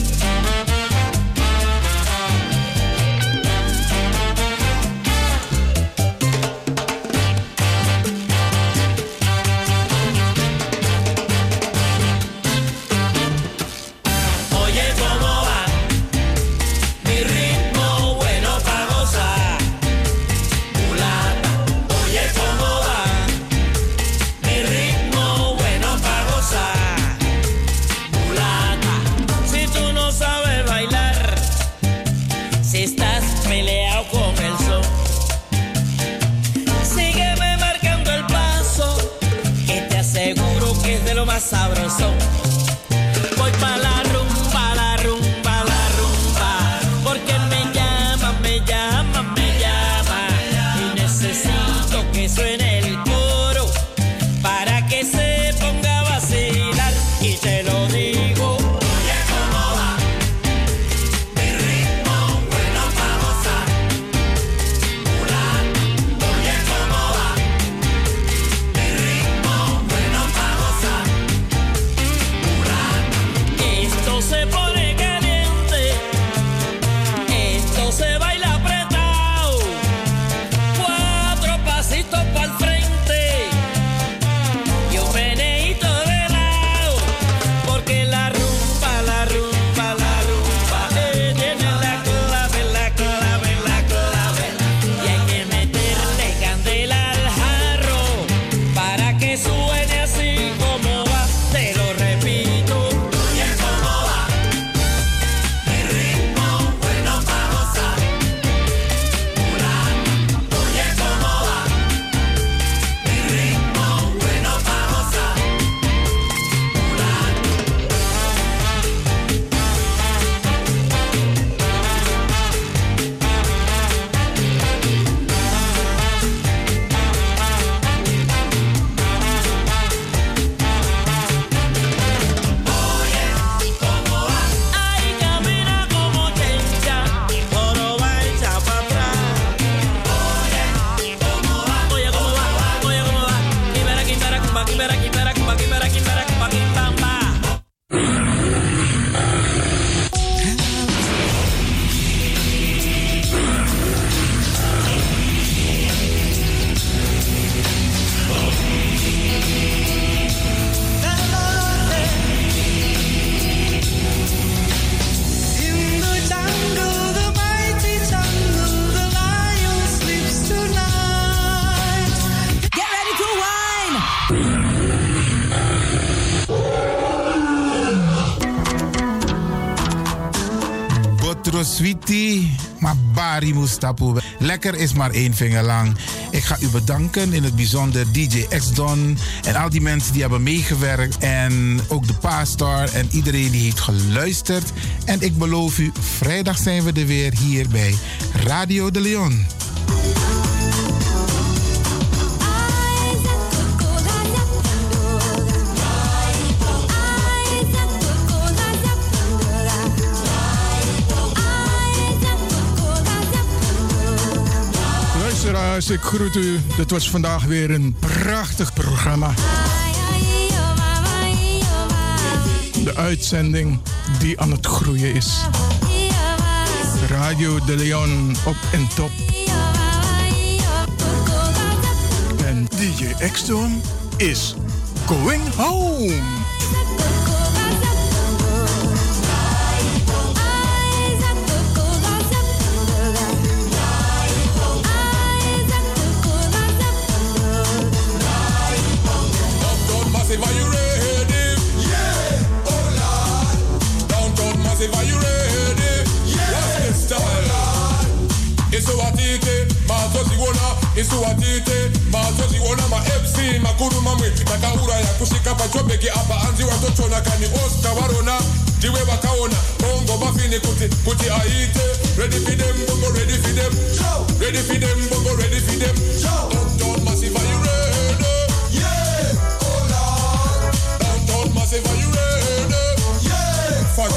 R: Sabroso. Voy pa' la rumba, la rumba, la rumba. Porque me llama, me llama, me llama. Y necesito que suene el coro para que se ponga a vacilar. Y te lo digo. Oye, ¿cómo va? Mi ritmo bueno
S: Sweetie, maar Bari Mustapu. Lekker is maar 1 vinger lang. Ik ga u bedanken, in het bijzonder DJ X-Don en al die mensen die hebben meegewerkt. En ook de Pastor en iedereen die heeft geluisterd. En ik beloof u, vrijdag zijn we er weer hier bij Radio de Leon.
C: Ik groet u. Dit was vandaag weer een prachtig programma. De uitzending die aan het groeien is. Radio de Leon op en top. En DJ X-Don is going home.
T: Are you ready? Yeah, oh Lord. Downtown Massive, are you ready? Yeah, what's the style? Isuatite, mazoziona, Isuatite, mazoziona, ma FC, makuru mamwe, nakaura ya kushika pachobeki apa anzi watochona kani Oscar warona, diwe wakaona, bongo mafini kuti aite, ready for them, bongo ready for them, ready for them, bongo ready for them, Downtown Massive, are you ready? Massive, are you ready? Yeah! Fuck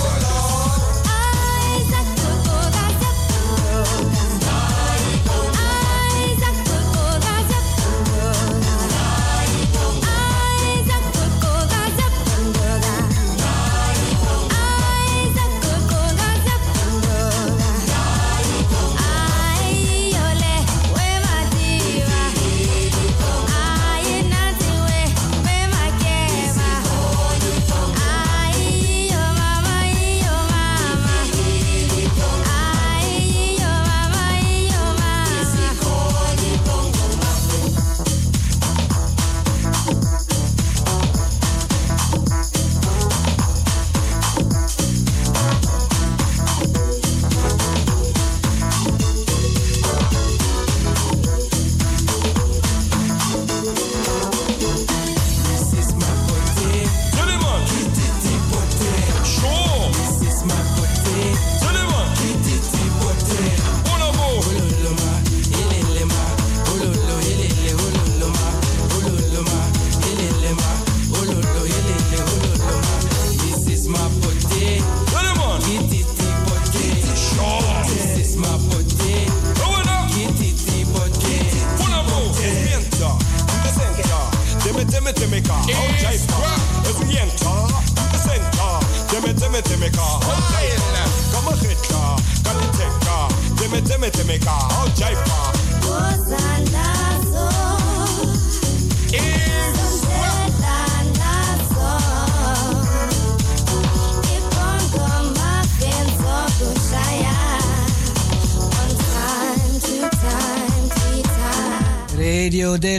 K: Radio de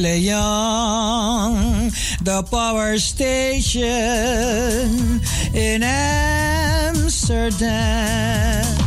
K: Leon, the power station in Amsterdam.